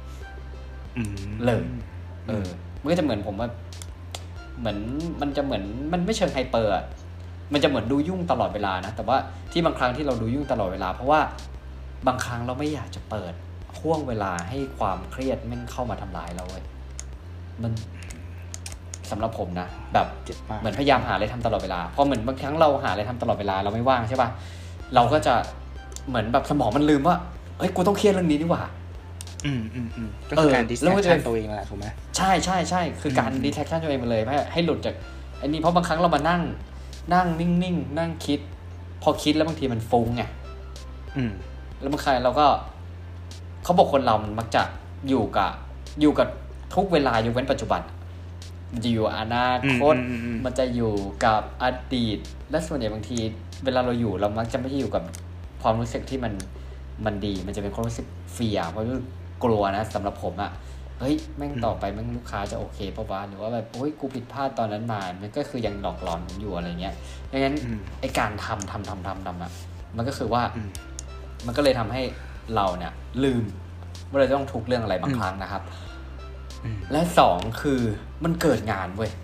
เลยมันก็จะเหมือนผมว่าเหมือนมันจะเหมือนมันไม่เชิงไฮเปอร์อ่ะมันจะเหมือนดูยุ่งตลอดเวลานะแต่ว่าที่บางครั้งที่เราดูยุ่งตลอดเวลาเพราะว่าบางครั้งเราไม่อยากจะเปิดห่วงเวลาให้ความเครียดมันเข้ามาทำลายเราเว้ยมันสำหรับผมนะแบบเหมือนพยายามหาอะไรทำตลอดเวลาพอเหมือนบางครั้งเราหาอะไรทำตลอดเวลาเราไม่ว่างใช่ป่ะเราก็จะเหมือนแบบสมองมันลืมว่าเฮ้ยกูต้องเครียดเรื่องนี้นี่หว่าก็คือการ distraction ตัวเองแหละถูกไหมใช่คือการ distraction ตัวเองไปเลยให้หลุดจากอันนี้เพราะบางครั้งเรามานั่งนิ่งๆนั่งคิดพอคิดแล้วบางทีมันฟุ้งไงแล้วบางครั้งเราก็เขาบอกคนเรามันมักจะอยู่กับทุกเวลายกเว้นปัจจุบันมันจะอยู่อนาคตมันจะอยู่กับอดีตและส่วนใหญ่บางทีเวลาเราอยู่เรามักจะไม่ได้อยู่กับความรู้สึกที่มันดีมันจะเป็นความรู้สึกเฟียร์เพราะกลัวนะสำหรับผมอะเฮ้ยแม่งต่อไปแม่งลูกค้าจะโอเคป่ะวะหรือว่าแบบโอ้ยกูผิดพลาดตอนนั้นมามันก็คือยังหลอกหลอนผมอยู่อะไรเงี้ยดังนั้นไอการทำอะมันก็คือว่ามันก็เลยทำให้เราเนี่ยลืมว่าเราต้องทุกเรื่องอะไรบางครั้งนะครับและ2คือมันเกิดงานเว้ย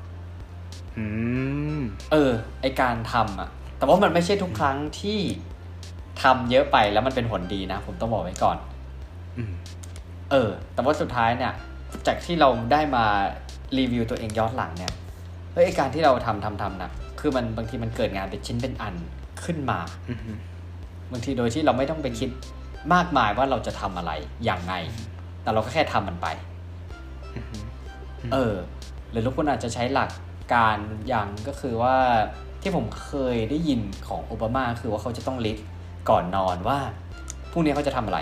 ไอการทำอะแต่ว่ามันไม่ใช่ทุกครั้งที่ทำเยอะไปแล้วมันเป็นผลดีนะผมต้องบอกไว้ก่อนแต่ว่าสุดท้ายเนี่ยจากที่เราได้มารีวิวตัวเองย้อนหลังเนี่ยไอการที่เราทำนะคือมันบางทีมันเกิดงานเป็นชิ้นเป็นอันขึ้นมาบางทีโดยที่เราไม่ต้องไปคิดมากมายว่าเราจะทำอะไรอย่างไงแต่เราก็แค่ทำมันไปหรือทุกคนอาจจะใช้หลักการอย่างก็คือว่าที่ผมเคยได้ยินของโอบามาคือว่าเขาจะต้องลิสต์ก่อนนอนว่าพรุ่งนี้เขาจะทำอะไร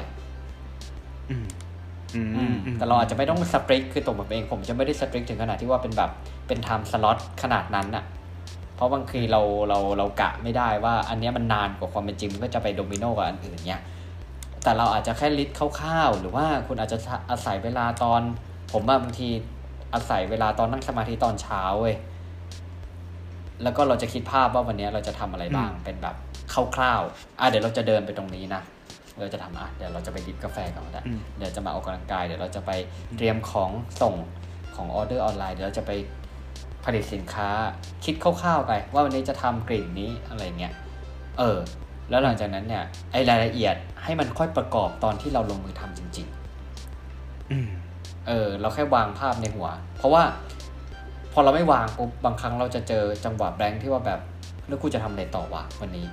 แต่เราอาจจะไม่ต้องสตริกคือตัวผมเองผมจะไม่ได้สตริกถึงขนาดที่ว่าเป็นแบบเป็นไทม์สล็อตขนาดนั้นน่ะเพราะบางทีเรากะไม่ได้ว่าอันนี้มันนานกว่าความเป็นจริงมันก็จะไปโดมิโนกับอันอื่นเนี้ยแต่เราอาจจะแค่ลิสต์คร่าวๆหรือว่าคุณอาจจะอาศัยเวลาตอนผมบางทีอาศัยเวลาตอนนั่งสมาธิตอนเช้าเว้ยแล้วก็เราจะคิดภาพว่าวันนี้เราจะทำอะไรบ้างเป็นแบบคร่าวๆเดี๋ยวเราจะเดินไปตรงนี้นะเราจะทำเดี๋ยวเราจะไปดิบกาแฟกันก็ได้เดี๋ยวจะมาออกกำลังกายเดี๋ยวเราจะไปเตรียมของส่งของออเดอร์ออนไลน์เดี๋ยวเราจะไปผลิตสินค้าคิดคร่าวๆไปว่าวันนี้จะทำกลิ่นนี้อะไรเงี้ยแล้วหลังจากนั้นเนี่ยไอ้รายละเอียดให้มันค่อยประกอบตอนที่เราลงมือทำจริงๆเราแค่วางภาพในหัวเพราะว่าพอเราไม่วางปุ๊บบางครั้งเราจะเจอจังหวะแบงค์ที่ว่าแบบแล้วกูจะทำอะไรต่อวะวันนี้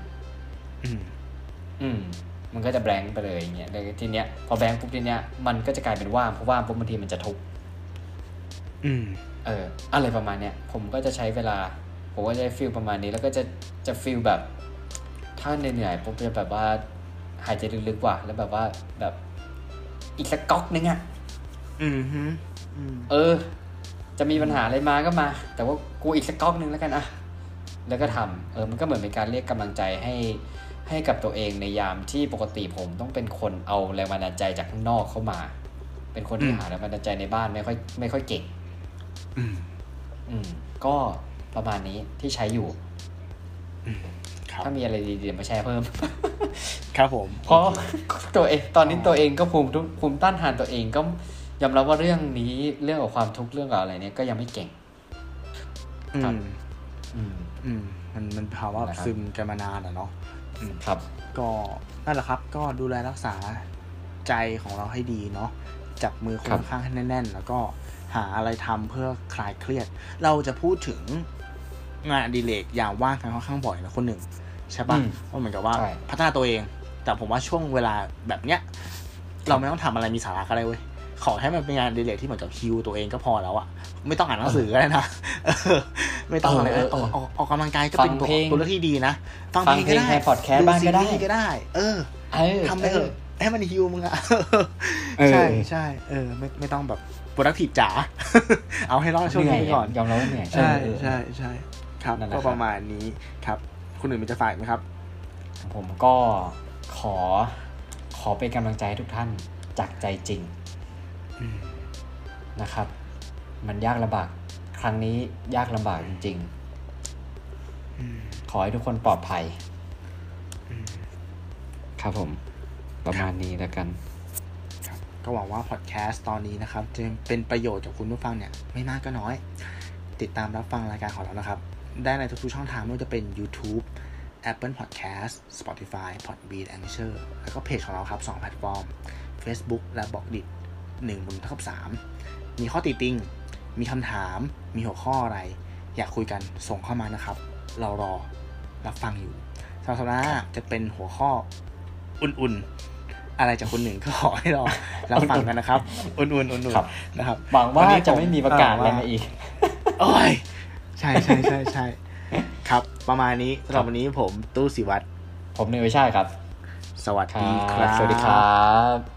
มันก็จะแบงค์ไปเลยอย่างเงี้ยทีเนี้ยพอแบงค์ปุ๊บทีเนี้ยมันก็จะกลายเป็นว่างเพราะว่างปุ๊บบางทีมันจะทุกข์อะไรประมาณเนี้ยผมก็จะใช้เวลาผมก็จะฟีลประมาณนี้แล้วก็จะฟีลแบบถ้าเหนื่อยๆปุ๊บจะแบบว่าหายใจลึกๆว่ะแล้วแบบว่าแบบอีกสักก๊อกนึงจะมีปัญหาอะไรมาก็มา แต่ว่ากูอีกสักก๊อกนึงแล้วกันอะแล้วก็ทำมันก็เหมือนเป็นการเรียกกำลังใจให้กับตัวเองในยามที่ปกติผมต้องเป็นคนเอาแรงบันดาลใจจากข้างนอกเข้ามา เป็นคนที่หาแรงบันดาลใจในบ้านไม่ค่อยเก่งก็ประมาณนี้ที่ใช้อยู่ถ้ามีอะไรดีๆมาแชร์เพิ่มครับผมเพราะตัวเองตอนนี้ตัวเองก็ภูมิต้านทานตัวเองก็ยอมรับว่าเรื่องนี้เรื่องของความทุกข์เรื่องอะไรเนี่ยก็ยังไม่เก่งมันภาวะซึมกันมานานเนาะครับก็นั่นแหละครับก็ดูแลรักษาใจของเราให้ดีเนาะจับมือคนข้างให้แน่นๆแล้วก็หาอะไรทำเพื่อคลายเครียดเราจะพูดถึงงานอดิเรกยามว่างกันค่อนข้างบ่อยนะคนหนึ่งใช่ป่ะว่าเหมือนกับว่าพัฒนาตัวเองแต่ผมว่าช่วงเวลาแบบเนี้ยเราไม่ต้องทำอะไรมีสาระก็ได้เว้ยขอให้มันเป็นงานอดิเรกที่เหมือนกับฮิวตัวเองก็พอแล้วอะไม่ต้องอ่านหนังสือก็ได้นะไม่ต้องอะไรออกกำลังกายก็เป็นตัวเลือกที่ดีนะฟังเพลงก็ได้พอดแคสต์บ้างก็ได้ทำไปเถอะให้มันฮิวมึงอะใช่ไม่ต้องแบบproductive จ๋าเอาให้รอดช่วงนี้ไปก่อนยอมรับว่าเหนื่อยใช่ครับก็ประมาณนี้ครับคุณอื่นมีจะฝากไหมครับผมก็ขอเป็นกำลังใจให้ทุกท่านจากใจจริงนะครับมันยากลำบากครั้งนี้ยากลำบากจริงๆขอให้ทุกคนปลอดภัยครับผมประมาณนี้แล้วกันก็หวังว่าพอดแคสต์ตอนนี้นะครับจะเป็นประโยชน์กับคุณผู้ฟังเนี่ยไม่มากก็น้อยติดตามรับฟังรายการของเรานะครับได้ในทุกๆช่องทางไม่ว่าจะเป็น YouTube Apple Podcast Spotify Podbean Anchor แล้วก็เพจของเราครับ2แพลตฟอร์ม Facebook และ Blogdit 1/3มีข้อติติงมีคำถามมีหัวข้ออะไรอยากคุยกันส่งเข้ามานะครับเรารอรับฟังอยู่สัปดาห์หน้าจะเป็นหัวข้ออุ่นๆอะไรจากคนหนึ่งก็ขอให้รอรับฟังกันนะครับอุ่นๆนะครับหวังว่าจะไม่มีประกาศอะไรมาอีกโอ้ยใช่ครับประมาณนี้สำหรับวันนี้ผมตู้ศิวัตรผมเนยวิชัยครับสวัสดีครับสวัสดีครับ